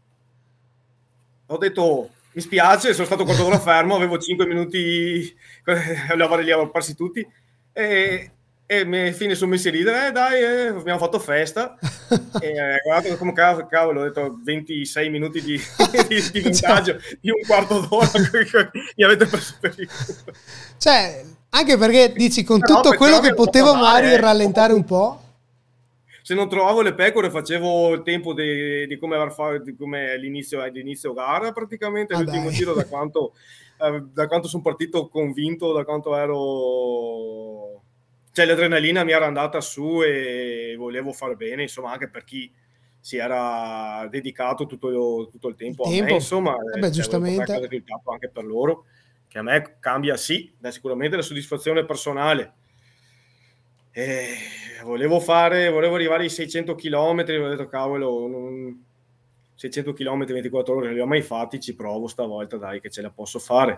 ho detto mi spiace, sono stato un quarto d'ora fermo, avevo cinque minuti li avevo persi tutti e, e mi fine sono messi a ridere, eh dai, eh, abbiamo fatto festa e eh, guardate come cavolo, cavolo, ho detto ventisei minuti di, di, di vantaggio di un quarto d'ora mi avete perso per il culo. Cioè, anche perché dici con Però, tutto quello però mi che hanno fatto potevo andare, magari eh. rallentare un po'. Se non trovavo le pecore facevo il tempo di, di come aver fatto di come l'inizio, all'inizio gara praticamente Ah, l'ultimo dai. giro da quanto, eh, da quanto sono partito convinto, da quanto ero cioè l'adrenalina mi era andata su e volevo far bene insomma anche per chi si era dedicato tutto, tutto il tempo Il a me tempo. insomma Vabbè, eh, cioè, volevo portare a casa il giustamente. risultato anche per loro che a me cambia sì, da sicuramente la soddisfazione personale Eh, volevo fare, volevo arrivare ai seicento chilometri, ho detto cavolo, non, seicento chilometri ventiquattro ore non li ho mai fatti, ci provo stavolta, dai che ce la posso fare.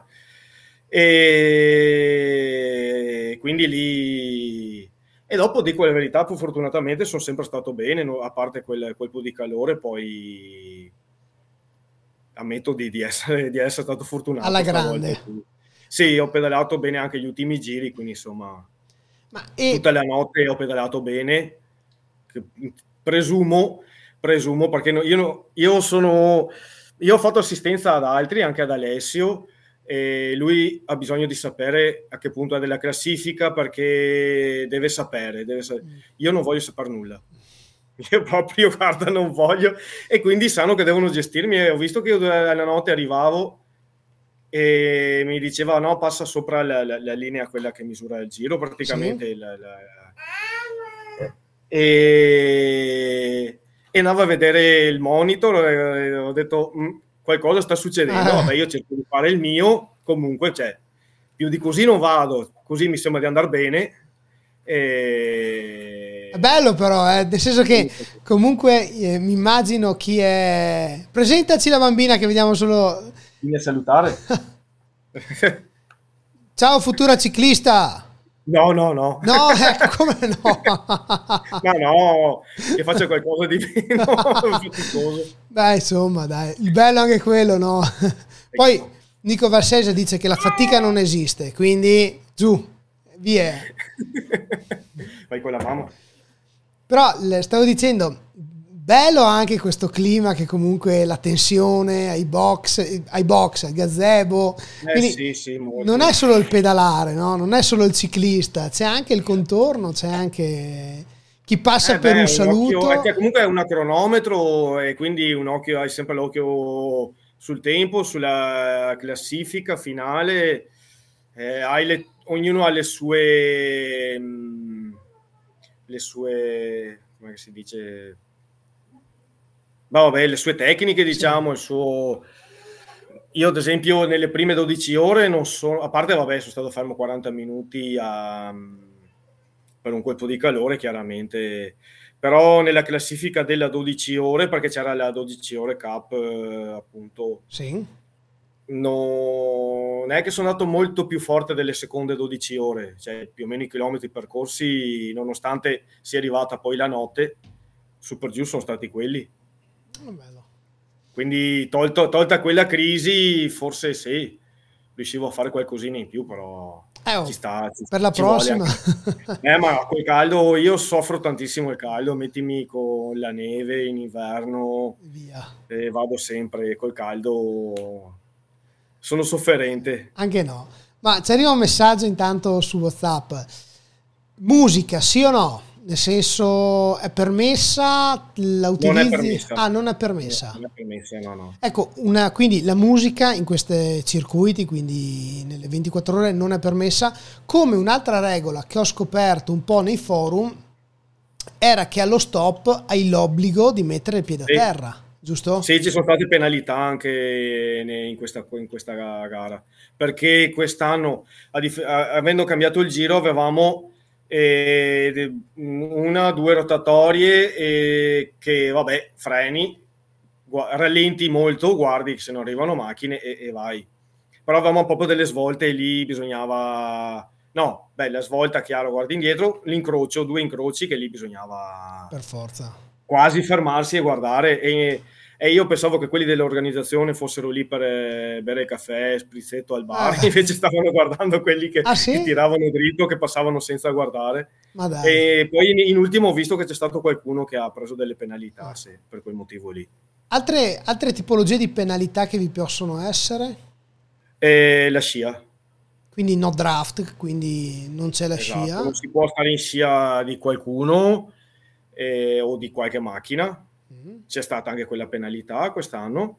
E quindi lì, e dopo dico la verità, poi fortunatamente sono sempre stato bene, no? A parte quel colpo di calore, poi ammetto di, di essere, di essere stato Alla fortunato stavolta. grande. Sì, ho pedalato bene anche gli ultimi giri, quindi insomma Ma e tutta la notte ho pedalato bene, che, presumo, presumo perché no, io, no, io sono io ho fatto assistenza ad altri, anche ad Alessio, e lui ha bisogno di sapere a che punto è della classifica, perché deve sapere, deve sa- io non voglio sapere nulla. Io proprio, guarda, non voglio, e quindi sanno che devono gestirmi, e ho visto che io la notte arrivavo e mi diceva no, passa sopra la, la, la linea, quella che misura il giro sì? praticamente, la, la, e, e andavo a vedere il monitor, e ho detto "Mm, qualcosa sta succedendo, Eh, vabbè, io cerco di fare il mio, comunque cioè, più di così non vado, così mi sembra di andare bene". è E... bello però, eh, nel senso che comunque eh, mi immagino chi è... Presentaci la bambina che vediamo solo... Quindi a salutare. Ciao futura ciclista! No, no, no. No, ecco come no. Ma no, che faccia qualcosa di meno faticoso. Beh, insomma, dai, il bello è anche quello, no? Poi Nico Varsese dice che la fatica non esiste, quindi giù, via. Vai con la mamma. Però le stavo dicendo, bello anche questo clima che comunque la tensione ai box, ai box, al gazebo, Eh quindi sì, sì, non molto. è solo il pedalare, no? Non è solo il ciclista, c'è anche il contorno, c'è anche chi passa Eh per beh, un un occhio, è saluto. che comunque è un cronometro, e quindi un occhio, hai sempre l'occhio sul tempo, sulla classifica finale, eh, hai le- ognuno ha le sue, mh, le sue, come si dice, ma vabbè, le sue tecniche, Sì. diciamo, il suo... Io ad esempio nelle prime dodici ore non sono, a parte vabbè, sono stato fermo quaranta minuti a- per un colpo di calore, chiaramente, però nella classifica della dodici ore, perché c'era la dodici ore Cup, eh, appunto, Sì. non è che sono andato molto più forte delle seconde dodici ore, cioè più o meno i chilometri percorsi, nonostante sia arrivata poi la notte, su per giù sono stati quelli. Oh, bello. Quindi tolto- tolta quella crisi, forse sì, riuscivo a fare qualcosina in più, però Eh, ci oh, sta, ci, per la ci vuole prossima. anche. Eh, ma col caldo, io soffro tantissimo il caldo, mettimi con la neve in inverno, Via. e vado sempre col caldo, sono sofferente. Anche no. Ma ci arriva un messaggio intanto su WhatsApp. Musica, sì o no? Nel senso, è permessa? La Non è utilizzi? permessa, Ah, non è no, permessa. non è permessa, no, no. Ecco, una, quindi la musica in questi circuiti, quindi nelle ventiquattro ore, non è permessa. Come un'altra regola che ho scoperto un po' nei forum era che allo stop hai l'obbligo di mettere il piede a Sì. terra, giusto? Sì, ci sono state penalità anche ne- in questa, in questa ga- gara, perché quest'anno, a dif- a- avendo cambiato il giro, avevamo eh, de- una, due rotatorie, eh, che, vabbè, freni, gua- rallenti molto, guardi se non arrivano macchine e, e vai. Però avevamo proprio delle svolte e lì bisognava... No, beh, la svolta, chiaro, guardi indietro, l'incrocio, due incroci che lì bisognava Per forza. quasi fermarsi e guardare, e, e io pensavo che quelli dell'organizzazione fossero lì per eh, bere il caffè, sprizzetto al bar, Eh, invece stavano guardando quelli che, ah che sì? tiravano dritto, che passavano senza guardare. Ma dai. E poi in, in ultimo ho visto che c'è stato qualcuno che ha preso delle penalità, Ah. sì, per quel motivo lì. Altre, altre tipologie di penalità che vi possono essere? E la scia, Quindi no draft, quindi non c'è la esatto, non scia. si può stare in scia di qualcuno, eh, o di qualche macchina. Mhm. C'è stata anche quella penalità quest'anno,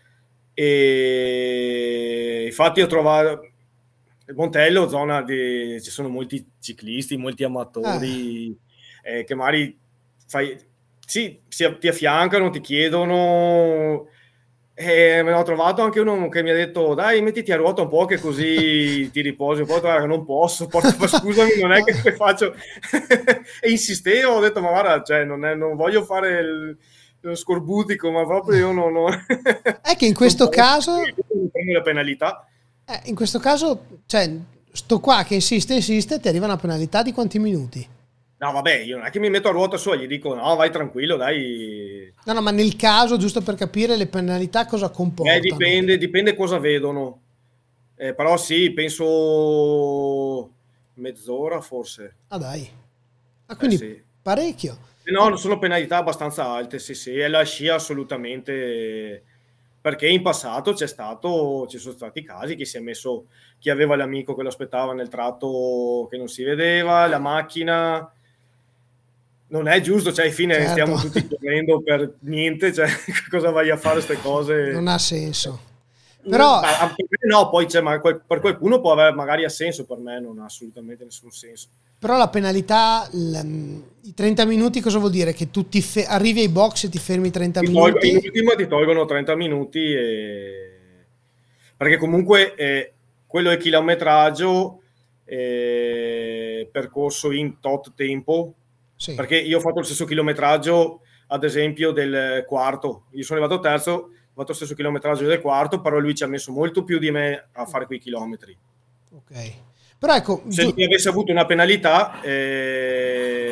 e infatti ho trovato il Montello, zona di, ci sono molti ciclisti, molti Eh, amatori, eh, che magari fai, sì, si- ti affiancano, ti chiedono, E me ne ho trovato anche uno che mi ha detto dai mettiti a ruota un po' che così ti riposi un po', guarda, non posso, porto, ma scusami non è che faccio e insistevo, ho detto ma guarda, cioè, non, è, non voglio fare il, lo scorbutico, ma proprio io non, non è che in questo caso la penalità eh, in questo caso cioè sto qua che insiste insiste ti arriva una penalità di quanti minuti? No, vabbè, io non è che mi metto a ruota su, gli dico no, vai tranquillo, dai. No, no, ma nel caso, giusto per capire le penalità cosa comportano. Eh, dipende, dipende cosa vedono. Eh, però sì, penso mezz'ora forse. Ah dai. Ah, quindi Eh, sì. parecchio. No, sono penalità abbastanza alte, sì, sì, e la scia assolutamente, perché in passato c'è stato, ci sono stati casi che si è messo, chi aveva l'amico che lo aspettava nel tratto che non si vedeva, la macchina, non è giusto, cioè alla fine Certo. stiamo tutti correndo per niente, cioè cosa vai a fare queste cose? Non ha senso. Però ma, no, poi c'è, ma per qualcuno può avere, magari ha senso, per me non ha assolutamente nessun senso. Però la penalità, i trenta minuti cosa vuol dire? Che tu ti fe- arrivi ai box e ti fermi trenta ti minuti? Tolgo, in ultima ti tolgono trenta minuti e... perché comunque eh, quello è chilometraggio eh, percorso in tot tempo, sì. Perché io ho fatto lo stesso chilometraggio ad esempio del quarto, io sono arrivato terzo, ho fatto lo stesso chilometraggio del quarto, però lui ci ha messo molto più di me a fare quei chilometri. Ok. Però ecco, se lui avesse avuto una penalità eh,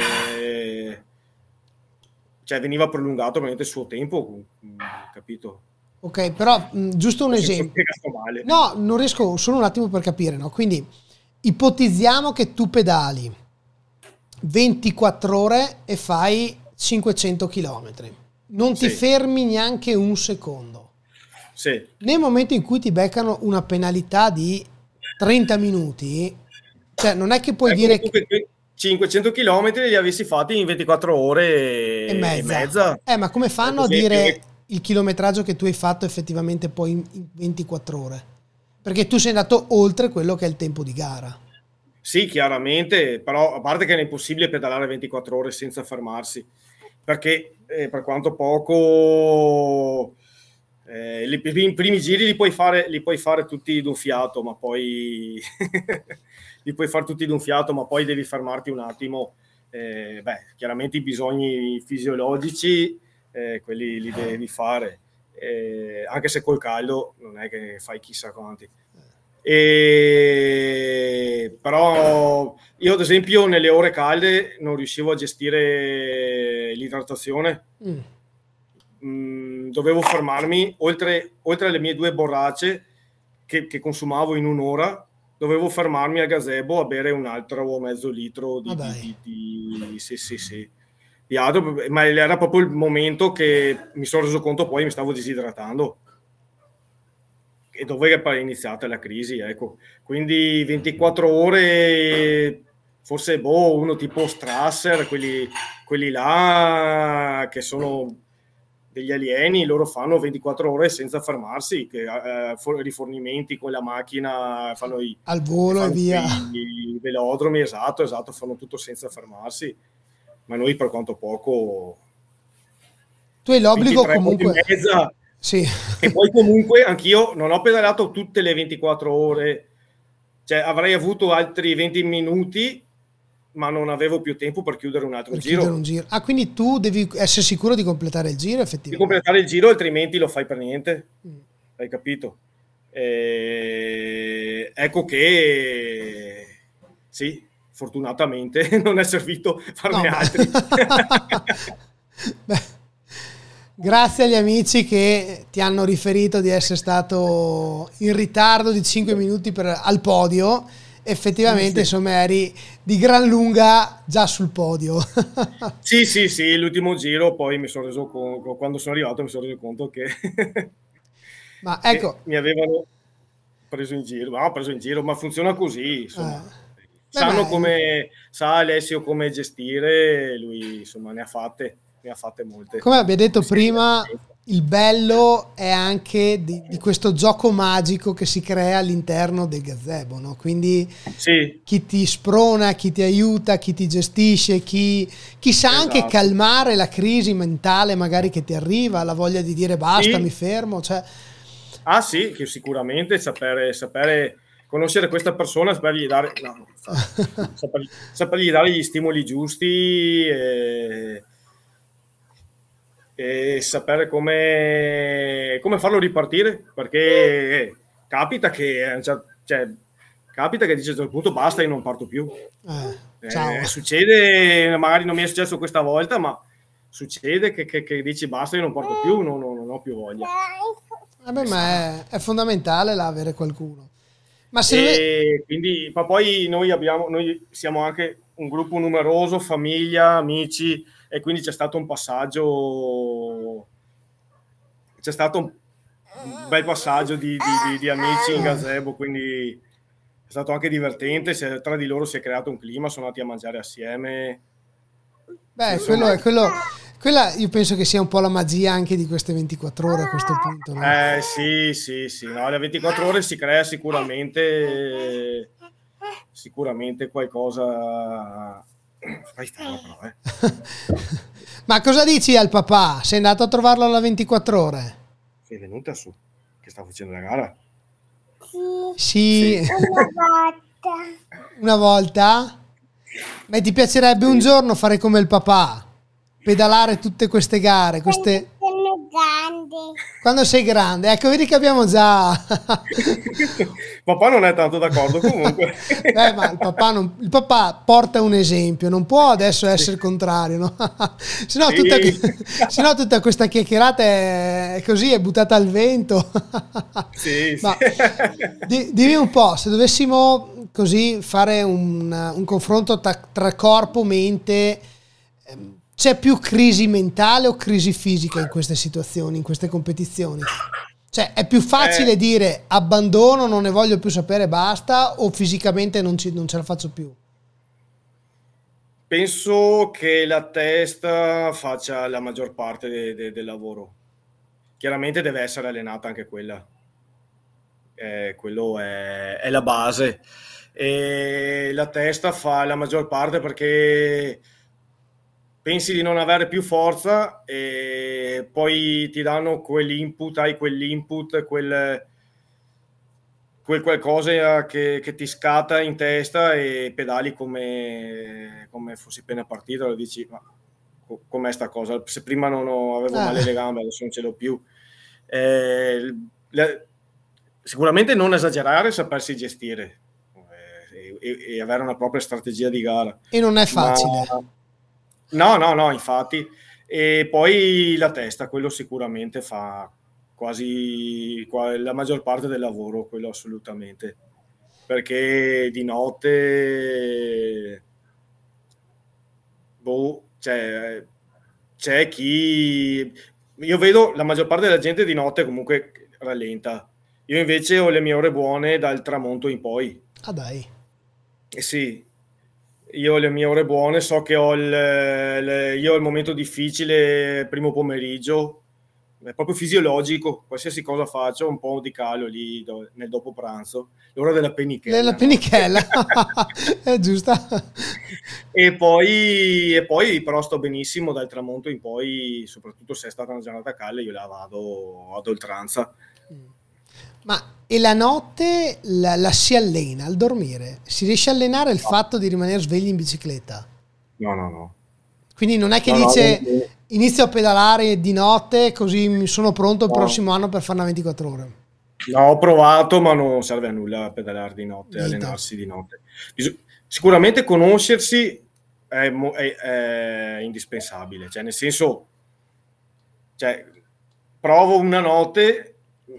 cioè veniva prolungato veramente il suo tempo, capito? Ok, però mh, giusto un esempio. No, non riesco, solo un attimo per capire, no? Quindi ipotizziamo che tu pedali ventiquattro ore e fai cinquecento chilometri. Non ti sì. fermi neanche un secondo. Sì. Nel momento in cui ti beccano una penalità di trenta minuti, cioè non è che puoi eh, dire che cinquecento chilometri li avessi fatti in ventiquattro ore e mezza. E mezza. Eh, ma come fanno a dire il chilometraggio che tu hai fatto effettivamente poi in ventiquattro ore? Perché tu sei andato oltre quello che è il tempo di gara. Sì, chiaramente, però a parte che è impossibile pedalare ventiquattro ore senza fermarsi, perché eh, per quanto poco eh, li, i primi giri li puoi fare, li puoi fare tutti d'un fiato, ma poi li puoi fare tutti d'un fiato, ma poi devi fermarti un attimo. Eh, beh, chiaramente i bisogni fisiologici, eh, quelli li devi fare, eh, anche se col caldo non è che fai chissà quanti. E... però io ad esempio nelle ore calde non riuscivo a gestire l'idratazione. Mm. Mm, dovevo fermarmi oltre, oltre alle mie due borracce che, che consumavo in un'ora, dovevo fermarmi a gazebo a bere un altro mezzo litro di, ah, di, di, di sì, sì, sì, di altro, ma era proprio il momento che mi sono reso conto, poi mi stavo disidratando e dove è iniziata la crisi, ecco. Quindi ventiquattro ore, forse boh, uno tipo Strasser, quelli, quelli là che sono degli alieni, loro fanno ventiquattro ore senza fermarsi, che eh, rifornimenti con la macchina, fanno i, al volo e via i velodromi, esatto, esatto, fanno tutto senza fermarsi, ma noi per quanto poco tu hai l'obbligo comunque mezza, sì. E poi comunque anch'io non ho pedalato tutte le ventiquattro ore, cioè avrei avuto altri venti minuti, ma non avevo più tempo per chiudere un altro per giro. Un giro. Ah, quindi tu devi essere sicuro di completare il giro effettivamente. Di completare il giro, altrimenti lo fai per niente. Mm. Hai capito? E... ecco che sì, fortunatamente non è servito farne no, altri. Beh. Grazie agli amici che ti hanno riferito di essere stato in ritardo di cinque minuti per, al podio. Effettivamente, sì. Insomma, eri di gran lunga già sul podio. Sì, sì, sì, l'ultimo giro poi mi sono reso conto, quando sono arrivato mi sono reso conto che, ma ecco, che mi avevano preso in giro, no, preso in giro, ma funziona così, insomma. Eh. Sanno Beh, come, sa Alessio come gestire, lui insomma ne ha fatte. ne ha fatte molte. Come abbiamo detto sì, prima, il bello è anche di, di questo gioco magico che si crea all'interno del gazebo, no? Quindi Sì, chi ti sprona, chi ti aiuta, chi ti gestisce, chi, chi sa anche esatto. calmare la crisi mentale magari che ti arriva, la voglia di dire basta, mi Sì. fermo, cioè, Ah sì, che sicuramente sapere, sapere conoscere questa persona, sapergli dare, no, sapergli, sapergli dare gli stimoli giusti e, e sapere come, come farlo ripartire, perché capita che, a un cer- cioè, capita che dice a un certo punto basta, io non parto più. eh, ciao. Eh, succede, magari non mi è successo questa volta, ma succede che, che, che dici basta, io non porto più, non, non, non ho più voglia. Vabbè, E ma sarà. è, è fondamentale là avere qualcuno. Ma se dove... E quindi, ma poi noi abbiamo, noi siamo anche un gruppo numeroso, famiglia, amici, e quindi c'è stato un passaggio, c'è stato un bel passaggio di, di, di, di amici in eh, gazebo, quindi è stato anche divertente, si è- tra di loro si è creato un clima, sono andati a mangiare assieme, beh, quello insomma. è quello... Quella io penso che sia un po' la magia anche di queste ventiquattro ore a questo punto, no? Eh sì, sì, sì, no, alle ventiquattro ore si crea sicuramente, sicuramente qualcosa. Fai fermo però, eh. Ma cosa dici al papà? Sei andato a trovarlo alla ventiquattro ore? Sei venuta su, che sta facendo la gara? Sì, Sì, una volta. Ma ti piacerebbe un sì. giorno fare come il papà? Pedalare tutte queste gare, queste... Quando sei grande, ecco, vedi che abbiamo già... Papà non è tanto d'accordo comunque. Beh, ma il papà, non- il papà porta un esempio, non può adesso Sì, essere contrario, no? Se no tutta, sì, se no tutta questa chiacchierata è, è così, è buttata al vento. sì, sì. Ma di- dimmi un po', se dovessimo così fare un, un confronto tra, tra corpo, mente, ehm, c'è più crisi mentale o crisi fisica in queste situazioni, in queste competizioni? Cioè, è più Eh, facile dire abbandono, non ne voglio più sapere, basta, o fisicamente non, ci- non ce la faccio più? penso che la testa faccia la maggior parte de- de- del lavoro. Chiaramente deve essere allenata anche quella. Eh, quello è, è la base. E la testa fa la maggior parte perché pensi di non avere più forza e poi ti danno quell'input, hai quell'input, quel, quel qualcosa che, che ti scatta in testa e pedali come, come fossi appena partito e dici ma co- com'è sta cosa? Se prima non ho- avevo male Eh, le gambe, adesso non ce l'ho più. Eh, le- Sicuramente non esagerare, sapersi gestire eh, e, e avere una propria strategia di gara. e non è Ma facile. no, no, no, infatti. E poi la testa, quello sicuramente fa quasi qua- la maggior parte del lavoro, quello assolutamente. Perché di notte, boh, cioè, c'è chi... Io vedo la maggior parte della gente di notte comunque rallenta. Io invece ho le mie ore buone dal tramonto in poi. Ah dai. Eh sì, io ho le mie ore buone, so che ho il, le- io ho il momento difficile primo pomeriggio, è proprio fisiologico, qualsiasi cosa faccio, un po' di calo lì do- nel dopo pranzo, l'ora della Le- La pennichella, no? penichella, è giusta. E poi, e poi però sto benissimo dal tramonto in poi, soprattutto se è stata una giornata calda, io la vado ad oltranza. Ma e la notte la, la si allena al dormire? Si riesce a allenare il No, fatto di rimanere svegli in bicicletta? no, no, no, Quindi non è che no, no, no, dice inizio a pedalare di notte così mi sono pronto il no. prossimo anno per fare una ventiquattro ore. No, ho provato, ma non serve a nulla pedalare di notte, Niente. allenarsi di notte. Bis- Sicuramente conoscersi è, mo- è- è indispensabile, cioè nel senso, cioè, provo una notte,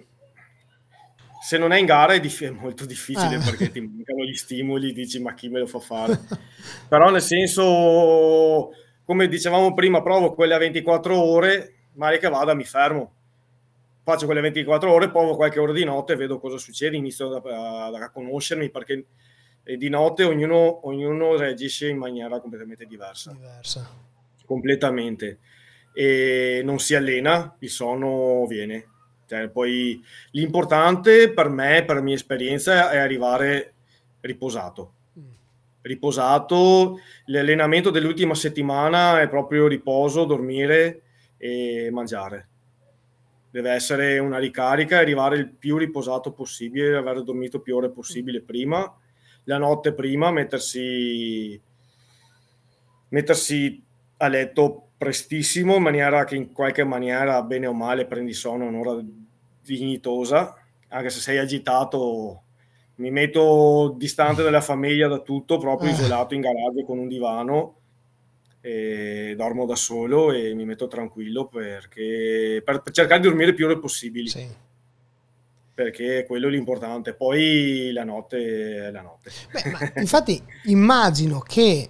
se non è in gara è, dif- è molto difficile Eh. perché ti mancano gli stimoli, dici ma chi me lo fa fare? Però nel senso, come dicevamo prima, provo quelle a ventiquattro ore, male che vada mi fermo. Faccio quelle ventiquattro ore, provo qualche ora di notte, vedo cosa succede, inizio a, a, a conoscermi perché eh, di notte ognuno, ognuno reagisce in maniera completamente diversa, Diversa. completamente. e non si allena, il sonno viene. Cioè, poi l'importante per me, per la mia esperienza, è arrivare riposato. Riposato, l'allenamento dell'ultima settimana è proprio riposo, dormire e mangiare. Deve essere una ricarica, arrivare il più riposato possibile, aver dormito più ore possibile prima, la notte prima, mettersi, mettersi a letto prestissimo, in maniera che in qualche maniera, bene o male, prendi sonno un'ora dignitosa, anche se sei agitato. Mi metto distante dalla famiglia, da tutto, proprio Eh. isolato in garage con un divano, e dormo da solo e mi metto tranquillo perché per cercare di dormire più ore possibili. Sì. Perché quello è l'importante, poi la notte è la notte. Beh, ma infatti immagino che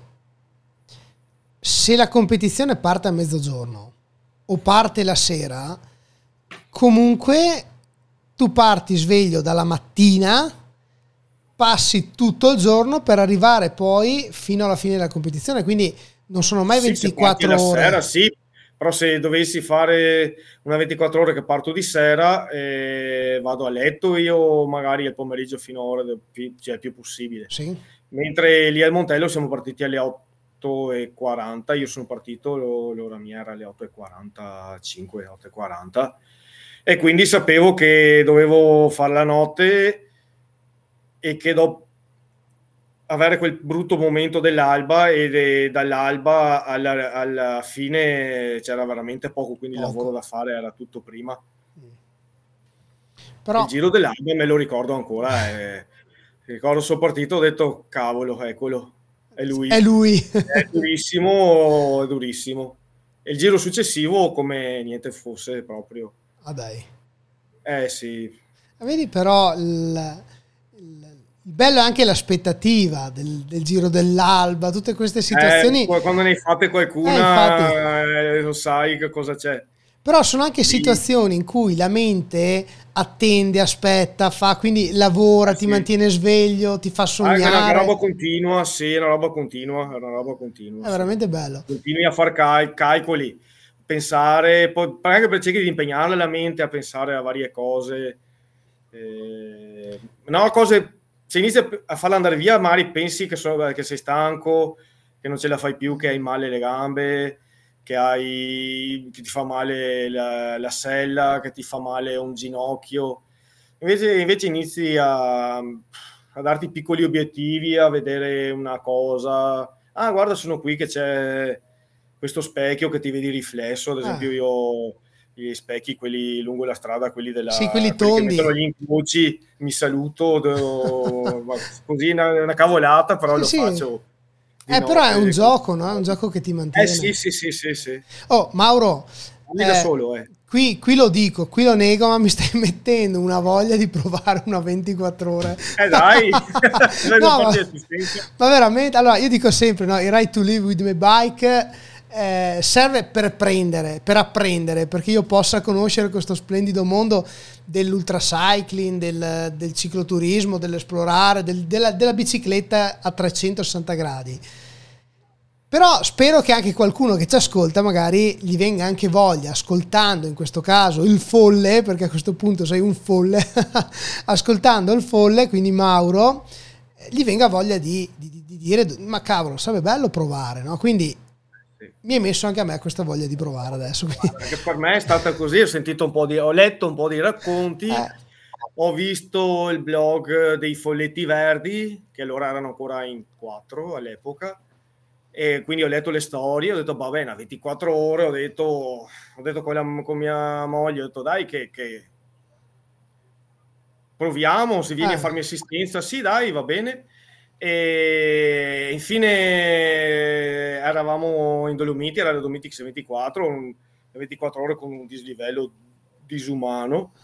se la competizione parte a mezzogiorno o parte la sera, comunque tu parti sveglio dalla mattina, passi tutto il giorno per arrivare poi fino alla fine della competizione, quindi non sono mai Sì, ventiquattro se parti ore. la sera, sì, però se dovessi fare una ventiquattro ore che parto di sera, eh, vado a letto io magari al pomeriggio fino a ore, del, cioè più possibile. Sì. Mentre lì al Montello siamo partiti alle otto e quaranta, io sono partito, l'ora mia era alle otto e quarantacinque, otto e quaranta, e quindi sapevo che dovevo fare la notte e che dopo avere quel brutto momento dell'alba, e dall'alba alla, alla fine c'era veramente poco, quindi Poco. il lavoro da fare era tutto prima. Però il giro dell'alba me lo ricordo ancora, e ricordo il suo partito, ho detto cavolo, eccolo, è lui, è lui. è durissimo, è durissimo. E il giro successivo come niente fosse proprio. Ah dai. Eh sì. Vedi però il, il, il bello è anche l'aspettativa del, del giro dell'alba, tutte queste situazioni. Eh, quando ne hai fatte qualcuna, eh, eh, lo sai che cosa c'è. Però sono anche Sì. situazioni in cui la mente attende, aspetta, fa, quindi lavora, Eh, ti sì. mantiene sveglio, ti fa sognare. Ah, è una roba continua, sì, è una roba continua, è una roba continua. È veramente bello. Continui a fare cal- calcoli, pensare, poi anche per cercare di impegnare la mente a pensare a varie cose. Eh, no, cose, se inizi a farla andare via, magari pensi che, so, che sei stanco, che non ce la fai più, che hai male le gambe, che, hai, che ti fa male la, la sella, che ti fa male un ginocchio. Invece, invece inizi a, a darti piccoli obiettivi, a vedere una cosa. Ah, guarda, sono qui che c'è questo specchio che ti vedi riflesso. Ad esempio, Ah. io gli specchi, quelli lungo la strada, quelli della Sì, quelli quelli che tondi. mettono gli incroci, mi saluto, do, così una, una cavolata, però Sì, lo sì. faccio. Eh, notte, però è un gioco, no? È un gioco che ti mantiene. Eh sì, sì, sì, sì, sì. Oh, Mauro, eh, da solo, eh. Qui, qui lo dico, qui lo nego, ma mi stai mettendo una voglia di provare una ventiquattro ore. Eh dai, no, ma, ma veramente, allora io dico sempre, no, il Right to Live with My Bike eh, serve per prendere, per apprendere, perché io possa conoscere questo splendido mondo dell'ultracycling, del, del cicloturismo, dell'esplorare, del, della, della bicicletta a trecentosessanta gradi. Però spero che anche qualcuno che ci ascolta magari gli venga anche voglia, ascoltando in questo caso il folle, perché a questo punto sei un folle, ascoltando il folle, quindi Mauro, gli venga voglia di, di, di dire ma cavolo, sarebbe bello provare, no? Quindi sì, mi hai messo anche a me questa voglia di provare adesso. Perché per me è stata così, ho sentito un po' di, ho letto un po' di racconti, eh. ho visto il blog dei Folletti Verdi, che allora erano ancora in quattro all'epoca, e quindi ho letto le storie, ho detto va bene, a ventiquattro ore, ho detto, ho detto con, la, con mia moglie, ho detto dai che, che proviamo, se vieni ah. a farmi assistenza, sì dai, va bene. E infine eravamo in Dolomiti, era la Dolomiti ventiquattro, ventiquattro ore con un dislivello disumano,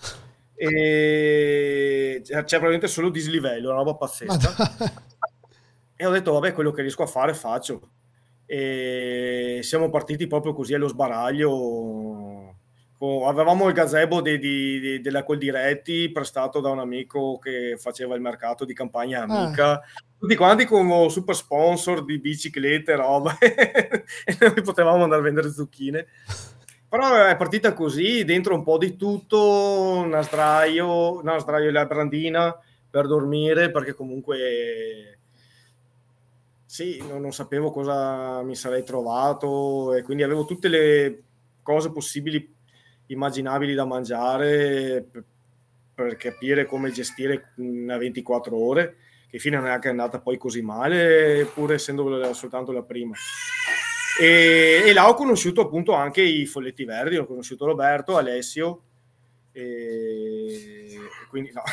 e c'è probabilmente solo dislivello, una roba pazzesca. E ho detto vabbè, quello che riesco a fare faccio. E siamo partiti proprio così allo sbaraglio. Avevamo il gazebo di, di, di, della Coldiretti prestato da un amico che faceva il mercato di campagna amica, ah. tutti quanti come super sponsor di biciclette, roba, e noi potevamo andare a vendere zucchine. Però è partita così, dentro un po' di tutto, una sdraio, no, sdraio la brandina per dormire, perché comunque sì, non, non sapevo cosa mi sarei trovato e quindi avevo tutte le cose possibili, immaginabili da mangiare per, per capire come gestire una ventiquattro ore, che fine non è anche andata poi così male, pur essendo soltanto la prima. E, e là ho conosciuto appunto anche i Folletti Verdi, ho conosciuto Roberto, Alessio, e quindi no.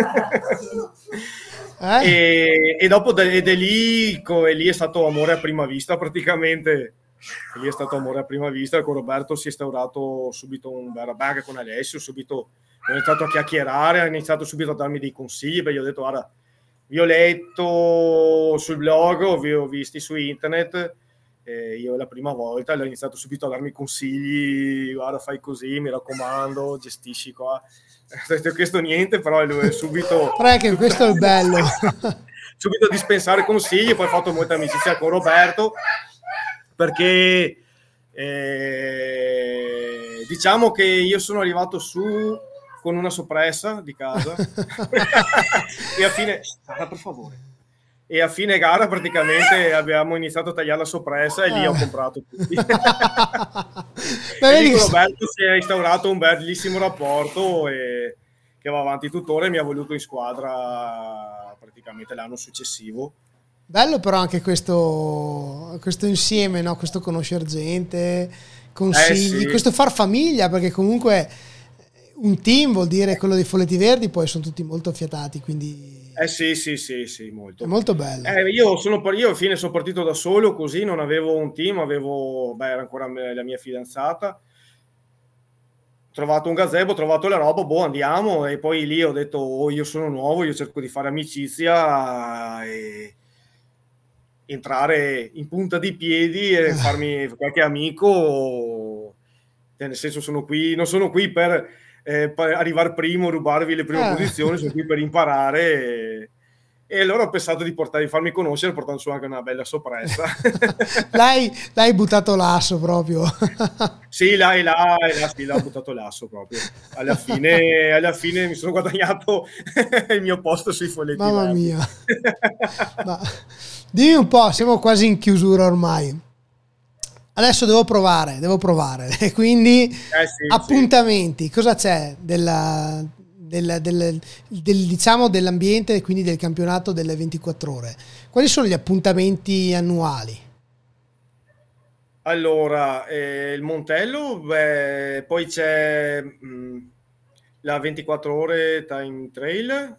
eh? e, e dopo ed è lì, e lì è stato amore a prima vista praticamente. E lì è stato amore a prima vista. Con Roberto si è instaurato subito un bel anche con Alessio, subito ho iniziato a chiacchierare, ha iniziato subito a darmi dei consigli, perché gli ho detto guarda, vi ho letto sul blog, vi ho visti su internet, eh, io la prima volta l'ho iniziato subito a darmi consigli, guarda fai così, mi raccomando, gestisci qua. Non ho chiesto niente, però lui è subito... Però è che questo è il bello. subito a dispensare consigli, poi ho fatto molta amicizia con Roberto, perché eh, diciamo che io sono arrivato su con una soppressa di casa e a fine... Ah, per favore. E a fine gara praticamente abbiamo iniziato a tagliare la soppressa e lì ho comprato tutti. E lì con Roberto si è instaurato un bellissimo rapporto e che va avanti tuttora e mi ha voluto in squadra praticamente l'anno successivo. Bello però anche questo, questo insieme, no? Questo conoscere gente, consigli, eh sì. Questo far famiglia, perché comunque un team vuol dire quello dei Folletti Verdi, poi sono tutti molto affiatati, quindi... Eh sì, sì, sì, sì, molto. È molto bello. Eh, io sono io alla fine sono partito da solo, così non avevo un team, avevo, beh, era ancora la mia fidanzata. Ho trovato un gazebo, ho trovato la roba, boh, andiamo. E poi lì ho detto, oh, io sono nuovo, io cerco di fare amicizia e entrare in punta di piedi e farmi qualche amico. Nel senso, sono qui, non sono qui per... Eh, per arrivare primo, rubarvi le prime eh. posizioni, sono qui per imparare e, e allora ho pensato di portare, di farmi conoscere portando su anche una bella soppressa. l'hai, l'hai buttato l'asso proprio. Sì, là e là, e là sì, l'ho buttato l'asso proprio. Alla fine, alla fine mi sono guadagnato il mio posto sui Folletti Mamma Verdi. Mia. Ma, dimmi un po', siamo quasi in chiusura ormai. Adesso devo provare, devo provare. E quindi eh sì, appuntamenti, sì. Cosa c'è della, della, del, del, diciamo dell'ambiente e quindi del campionato delle ventiquattro ore? Quali sono gli appuntamenti annuali? Allora, eh, il Montello, beh, poi c'è mh, la ventiquattro ore time trail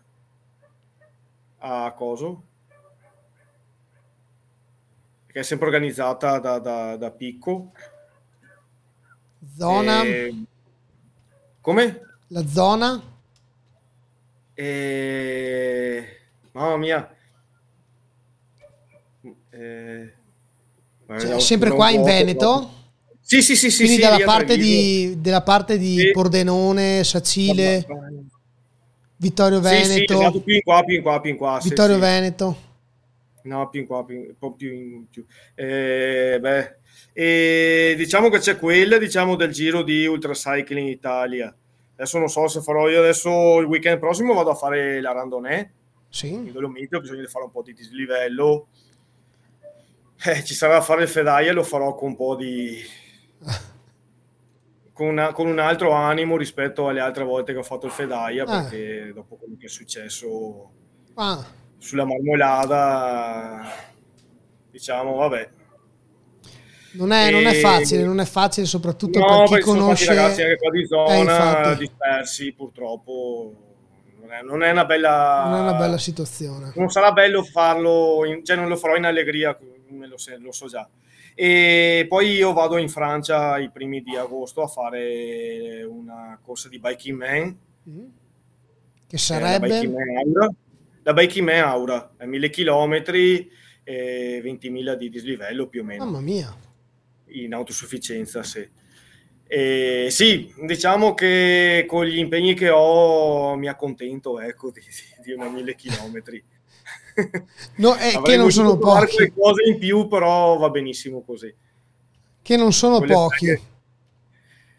a Coso, che è sempre organizzata da, da, da Picco. Zona? E... Come? La zona? E... Mamma mia. Eh... Cioè, sempre qua in Veneto? Sì, sì, sì, sì. Quindi sì, dalla, parte di, della parte di sì. Pordenone, Sacile, Vittorio Veneto. Sì, sì, esatto, più in qua, più in qua, più in qua. Vittorio sì, Veneto. Sì. No, più in qua, più, un po' più in più. Eh, beh, e diciamo che c'è quella, diciamo, del giro di Ultracycling Italia. Adesso non so se farò io adesso il weekend prossimo vado a fare la randonnée. Sì. In Dolomiti, ho bisogno di fare un po' di dislivello. Eh, ci sarà da fare il Fedaia, lo farò con un po' di... con, una, con un altro animo rispetto alle altre volte che ho fatto il Fedaia, ah. perché dopo quello che è successo... Ah. sulla Marmolada, diciamo, vabbè. Non è, e... non è facile, non è facile, soprattutto no, per chi conosce... sono ragazzi anche qua di zona, eh, dispersi, purtroppo. Non è, non è una bella... Non è una bella situazione. Non sarà bello farlo, in, cioè non lo farò in allegria, me lo, lo so già. E poi io vado in Francia i primi di agosto a fare una corsa di Biking Man. Mm. Che sarebbe? La Biking Man Aura. La Biking Man Aura, è mille chilometri e ventimila di dislivello più o meno. Mamma mia. In autosufficienza, sì. E sì, diciamo che con gli impegni che ho mi accontento, ecco, di, di una mille chilometri. No, è che non sono pochi. Qualcosa in più, però va benissimo così. Che non sono Quelle pochi. Che...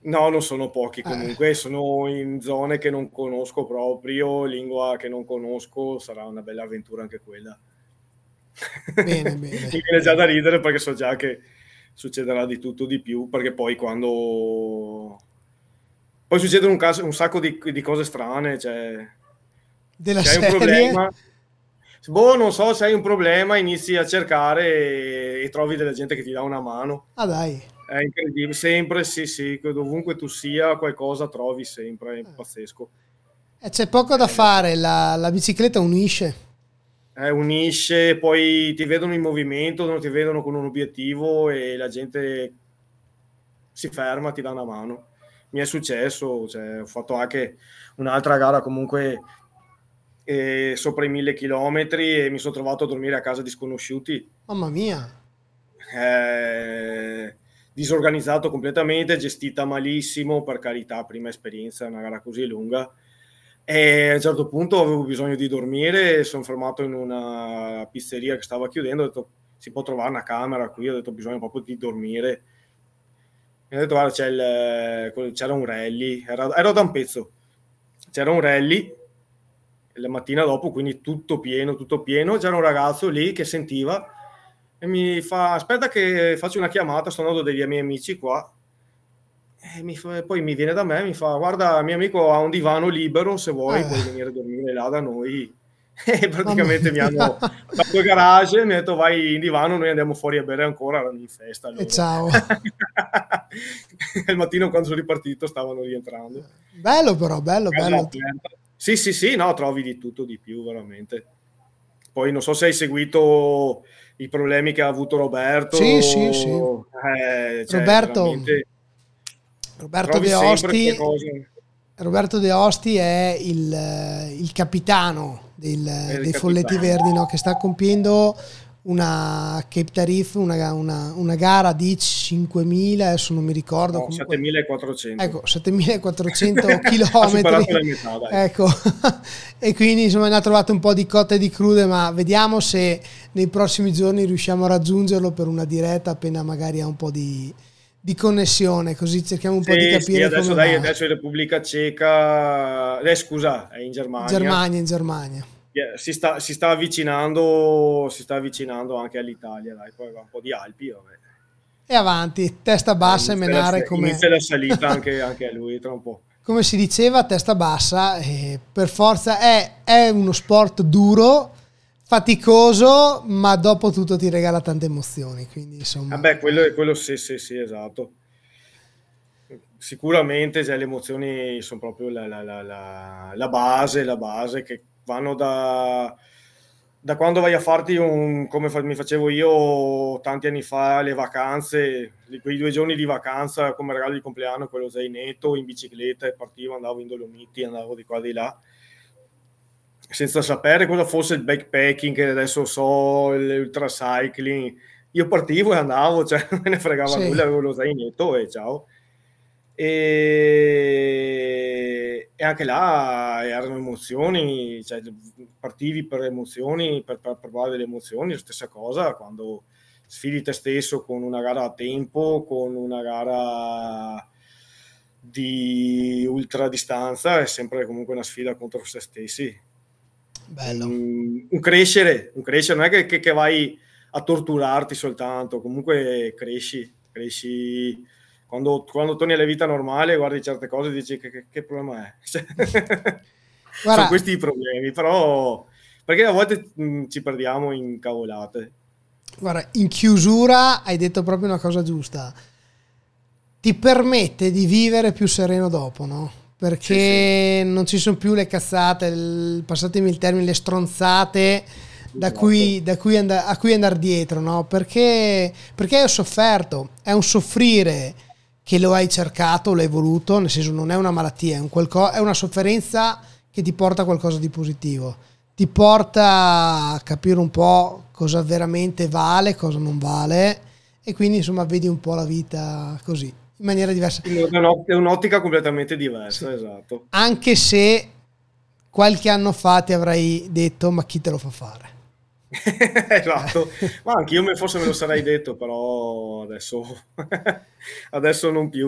No, non sono pochi comunque, Eh. sono in zone che non conosco proprio, lingua che non conosco, sarà una bella avventura anche quella. Bene, bene, Mi viene già bene. da ridere perché so già che succederà di tutto di più, perché poi quando... Poi succedono un, caso, un sacco di, di cose strane, cioè... Della Se hai un serie? problema... Boh, non so, se hai un problema inizi a cercare e, e trovi della gente che ti dà una mano. Ah dai. È incredibile, sempre, sì, sì, dovunque tu sia, qualcosa trovi sempre, è pazzesco. E c'è poco da Eh, fare, la, la bicicletta unisce. eh, unisce, poi ti vedono in movimento, non ti vedono con un obiettivo e la gente si ferma, ti dà una mano. Mi è successo, cioè, ho fatto anche un'altra gara comunque eh, sopra i mille chilometri e mi sono trovato a dormire a casa di sconosciuti. Mamma mia. Eh, disorganizzato completamente, gestita malissimo, per carità, prima esperienza, una gara così lunga. E a un certo punto avevo bisogno di dormire e sono fermato in una pizzeria che stava chiudendo, ho detto si può trovare una camera qui, ho detto ho bisogno proprio di dormire. Mi ho detto guarda c'è il, c'era un rally, era, ero da un pezzo, c'era un rally la mattina dopo, quindi tutto pieno, tutto pieno, c'era un ragazzo lì che sentiva e mi fa aspetta che faccio una chiamata, sto andando degli miei amici qua. E mi fa, poi mi viene da me e mi fa guarda mio amico ha un divano libero, se vuoi puoi Eh, venire a dormire là da noi. E mamma praticamente mi mia. hanno fatto il garage e mi ha detto vai in divano, noi andiamo fuori a bere ancora, erano in festa E loro. ciao. E il mattino quando sono ripartito stavano rientrando. Bello però, bello, Casa bello. aperta. Sì, sì, sì, no, trovi di tutto di più, veramente. Poi non so se hai seguito i problemi che ha avuto Sì, sì, sì. Roberto, eh, cioè Roberto, veramente Roberto trovi De sempre Osti, qualcosa. Roberto De Osti è il, eh, il capitano del- È il dei Folletti capitano. Verdi, no? Che sta compiendo una Cape Tarif, una, una- una gara di cinquemila, adesso non mi ricordo, No, comunque, settemilaquattrocento. ecco, settemilaquattrocento Ha superato chilometri. la metà, dai. Ecco, e quindi insomma ne ha trovato un po' di cotte e di crude, ma vediamo se nei prossimi giorni riusciamo a raggiungerlo per una diretta appena magari ha un po' di, di connessione, così cerchiamo un po' di Sì, sì, capire adesso come dai, va. adesso in Repubblica Ceca, eh, scusa, è in In Germania. Germania, in Germania. Eh, Si sta, si sta avvicinando, si sta avvicinando anche all'Italia, dai, poi va un po' di Alpi, vabbè. E avanti, testa Eh, bassa e inizia, la, menare come, inizia la salita anche, anche a lui tra un po'. come si diceva, testa bassa, e per forza è, è uno sport duro, faticoso, ma dopo tutto ti regala tante emozioni, quindi insomma... Vabbè, quello, quello sì, sì, sì, esatto. Sicuramente cioè, le emozioni sono proprio la, la, la, la, la base, la base che vanno da, da quando vai a farti un, come fa, mi facevo io tanti anni fa, le vacanze, quei due giorni di vacanza come regalo di compleanno, quello zainetto in bicicletta e partivo, andavo in Dolomiti, andavo di qua di là, senza sapere cosa fosse il backpacking, che adesso so, l'ultracycling. Io partivo e andavo, cioè non me ne fregava Sì, nulla, avevo lo zainetto e ciao. E, e anche là erano emozioni, cioè partivi per emozioni, per, per provare delle emozioni, la stessa cosa quando sfidi te stesso con una gara a tempo, con una gara di ultra distanza, è sempre comunque una sfida contro se stessi. bello. Un, un crescere, un crescere, non è che, che, che vai a torturarti soltanto, comunque cresci, cresci quando, quando torni alla vita normale, guardi certe cose e dici che, che, che problema è? Sono Guarda, questi i problemi, però perché a volte mh, ci perdiamo in cavolate. guarda, in chiusura hai detto proprio una cosa giusta. Ti permette di vivere più sereno dopo, no? Sì, sì. Perché non ci sono più le cazzate, il, passatemi il termine, le stronzate da Esatto. cui, da cui and- a cui andare dietro, no? Perché, perché ho sofferto, è un soffrire che lo hai cercato, l'hai voluto, nel senso non è una malattia, è, un qualco- è una sofferenza che ti porta a qualcosa di positivo, ti porta a capire un po' cosa veramente vale, cosa non vale e quindi insomma vedi un po' la vita così, in maniera diversa. È un'ot- è un'ottica completamente Sì. diversa, esatto. Anche se qualche anno fa ti avrei detto ma chi te lo fa fare? Esatto, ma anche io me, forse me lo sarei detto, però adesso, adesso non più.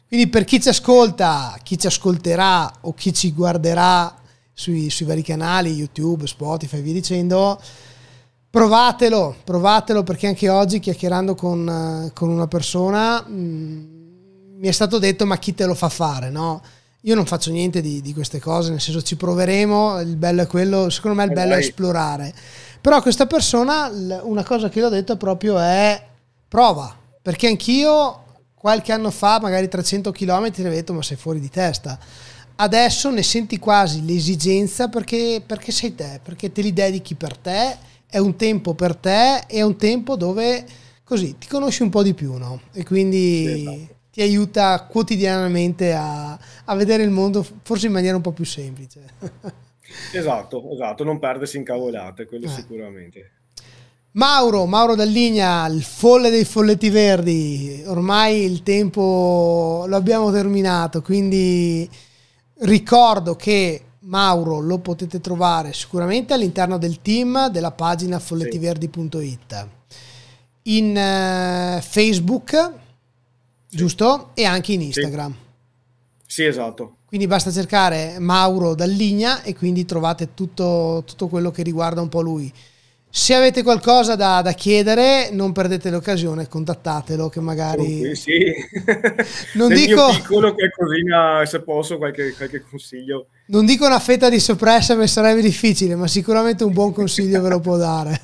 Quindi per chi ci ascolta, chi ci ascolterà o chi ci guarderà sui, sui vari canali, YouTube, Spotify, via dicendo, provatelo, provatelo, perché anche oggi chiacchierando con, con una persona mh, mi è stato detto: ma chi te lo fa fare, no? Io non faccio niente di, di queste cose, nel senso, ci proveremo, il bello è quello, secondo me il bello è esplorare. Però questa persona, una cosa che gli ho detto proprio è: prova, perché anch'io qualche anno fa, magari trecento chilometri, ne ho detto: ma sei fuori di testa. Adesso ne senti quasi l'esigenza perché, perché sei te, perché te li dedichi per te, è un tempo per te, è un tempo dove così ti conosci un po' di più, no? E quindi esatto, ti aiuta quotidianamente a, a vedere il mondo forse in maniera un po' più semplice. Esatto, esatto, non perdersi in cavolate, quello eh. sicuramente. Mauro, Mauro Dalligna, il folle dei folletti verdi, ormai il tempo lo abbiamo terminato, quindi ricordo che Mauro lo potete trovare sicuramente all'interno del team della pagina follettiverdi punto it, in uh, Facebook, sì, giusto? E anche in Instagram. Sì. Sì, esatto. Quindi basta cercare Mauro Dalligna e quindi trovate tutto, tutto quello che riguarda un po' lui. Se avete qualcosa da, da chiedere, non perdete l'occasione, contattatelo, che magari... Sì, non nel dico... mio piccolo qualcosina, se posso, qualche, qualche consiglio. Non dico una fetta di soppressa, perché sarebbe difficile, ma sicuramente un buon consiglio ve lo può dare.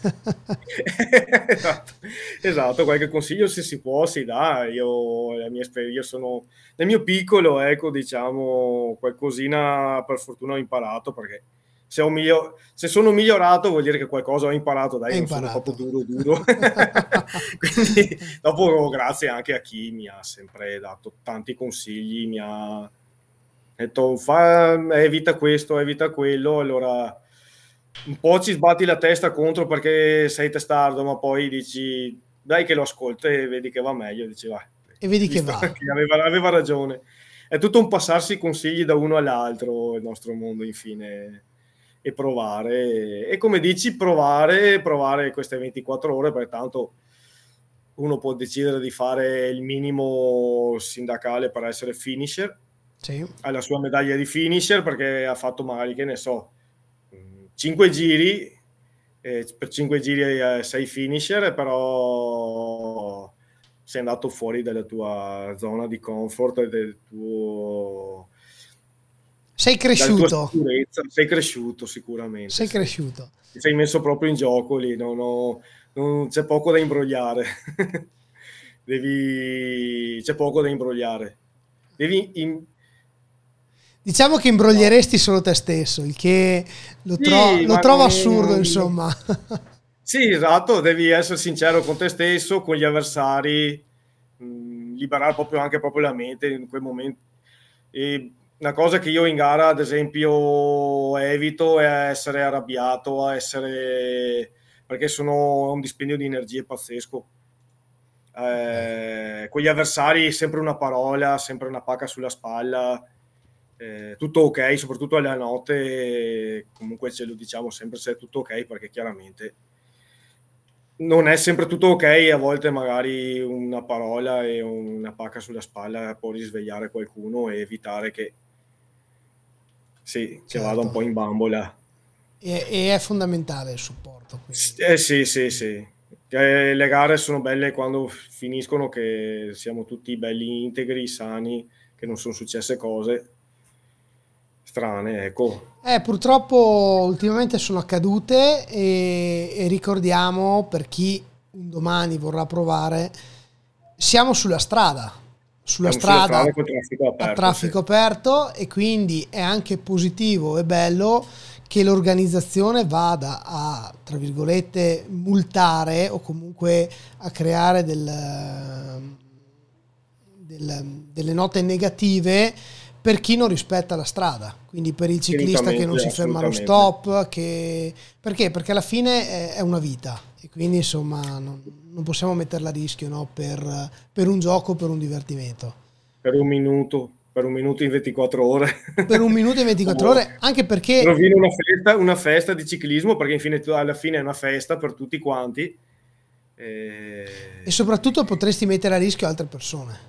esatto, esatto, qualche consiglio se si può si dà. Io, la mia esperienza, io sono nel mio piccolo, ecco, diciamo, qualcosina per fortuna ho imparato, perché se, ho miglior- se sono migliorato vuol dire che qualcosa ho imparato, dai, Hai non imparato. sono proprio duro duro. Quindi dopo grazie anche a chi mi ha sempre dato tanti consigli, mi ha detto fa, evita questo, evita quello, allora un po' ci sbatti la testa contro perché sei testardo, ma poi dici dai che lo ascolto e vedi che va meglio, dici vai. E vedi che va. Che aveva, aveva ragione. È tutto un passarsi consigli da uno all'altro il nostro mondo, infine, e provare. E come dici, provare, provare queste ventiquattro ore, perché tanto uno può decidere di fare il minimo sindacale per essere finisher, sì, ha la sua medaglia di finisher perché ha fatto magari, che ne so, cinque giri, eh, per cinque giri eh, sei finisher, però sei andato fuori dalla tua zona di comfort e del tuo... Sei cresciuto. Dalla tua sicurezza, sei cresciuto sicuramente. Sei sì. cresciuto. Ti sei messo proprio in gioco lì, non, ho, non c'è poco da imbrogliare. Devi, c'è poco da imbrogliare. Devi... In, Diciamo che imbroglieresti solo te stesso, il che lo, tro- sì, lo ma trovo non, assurdo, insomma. Sì, esatto, devi essere sincero con te stesso, con gli avversari, mh, liberare proprio anche proprio la mente in quel momento. E una cosa che io in gara, ad esempio, evito è essere arrabbiato, essere... perché sono un dispendio di energie pazzesco. Eh, con gli avversari sempre una parola, sempre una pacca sulla spalla. Eh, tutto ok, soprattutto alla notte, comunque ce lo diciamo sempre se è tutto ok, perché chiaramente non è sempre tutto ok, a volte magari una parola e una pacca sulla spalla può risvegliare qualcuno e evitare che, sì, certo, che vada un po' in bambola. E, e è fondamentale il supporto. Quindi. Eh sì, sì, sì. Eh, le gare sono belle quando finiscono, che siamo tutti belli integri, sani, che non sono successe cose strane, ecco. Eh, purtroppo ultimamente sono accadute e, e ricordiamo, per chi un domani vorrà provare, siamo sulla strada, sulla Siamo sulla strada strada con traffico aperto, a traffico sì. aperto, e quindi è anche positivo e bello che l'organizzazione vada a, tra virgolette, multare o comunque a creare del, del, delle note negative per chi non rispetta la strada, quindi per il ciclista che non si ferma allo stop, che... perché? Perché alla fine è, è una vita e quindi insomma non, non possiamo metterla a rischio, no? per, per un gioco, per un divertimento. Per un minuto, per un minuto in ventiquattro ore. Per un minuto in ventiquattro ore, anche perché... Rovina una festa, una festa di ciclismo, perché infine alla fine è una festa per tutti quanti. E, e soprattutto potresti mettere a rischio altre persone.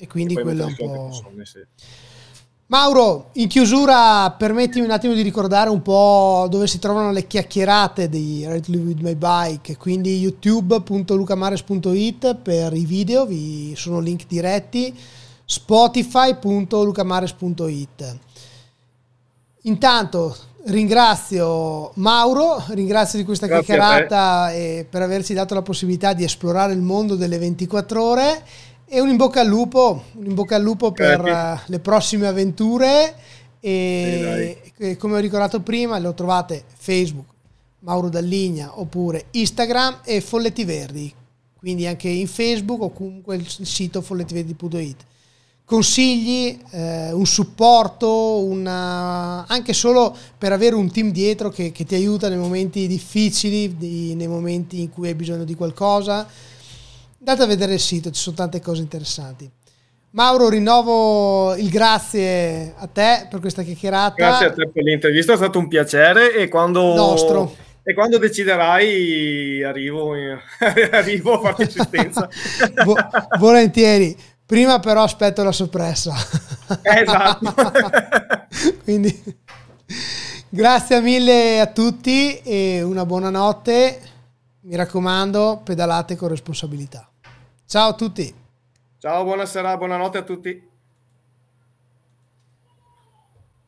e quindi e quello è un po'... persone, sì. Mauro, in chiusura permettimi un attimo di ricordare un po' dove si trovano le chiacchierate di Ready to Live with My Bike, quindi youtube punto lucamares punto it per i video, vi sono link diretti, spotify punto lucamares punto it. Intanto ringrazio Mauro, ringrazio di questa Grazie chiacchierata e per averci dato la possibilità di esplorare il mondo delle ventiquattro ore. E un in bocca al lupo, un in bocca al lupo per uh, le prossime avventure e, sì, e come ho ricordato prima lo trovate Facebook Mauro Dalligna oppure Instagram e Folletti Verdi, quindi anche in Facebook o comunque il sito follettiverdi punto it. Consigli, eh, un supporto, una, anche solo per avere un team dietro che, che ti aiuta nei momenti difficili, di, nei momenti in cui hai bisogno di qualcosa. Andate a vedere il sito, ci sono tante cose interessanti. Mauro, rinnovo il grazie a te per questa chiacchierata. Grazie a te per l'intervista, è stato un piacere e quando, nostro. E quando deciderai arrivo, arrivo a farti assistenza. Vo- volentieri, prima però aspetto la sorpresa. Esatto. Quindi grazie mille a tutti e una buona notte. Mi raccomando, pedalate con responsabilità. Ciao a tutti. Ciao, buonasera, buonanotte a tutti.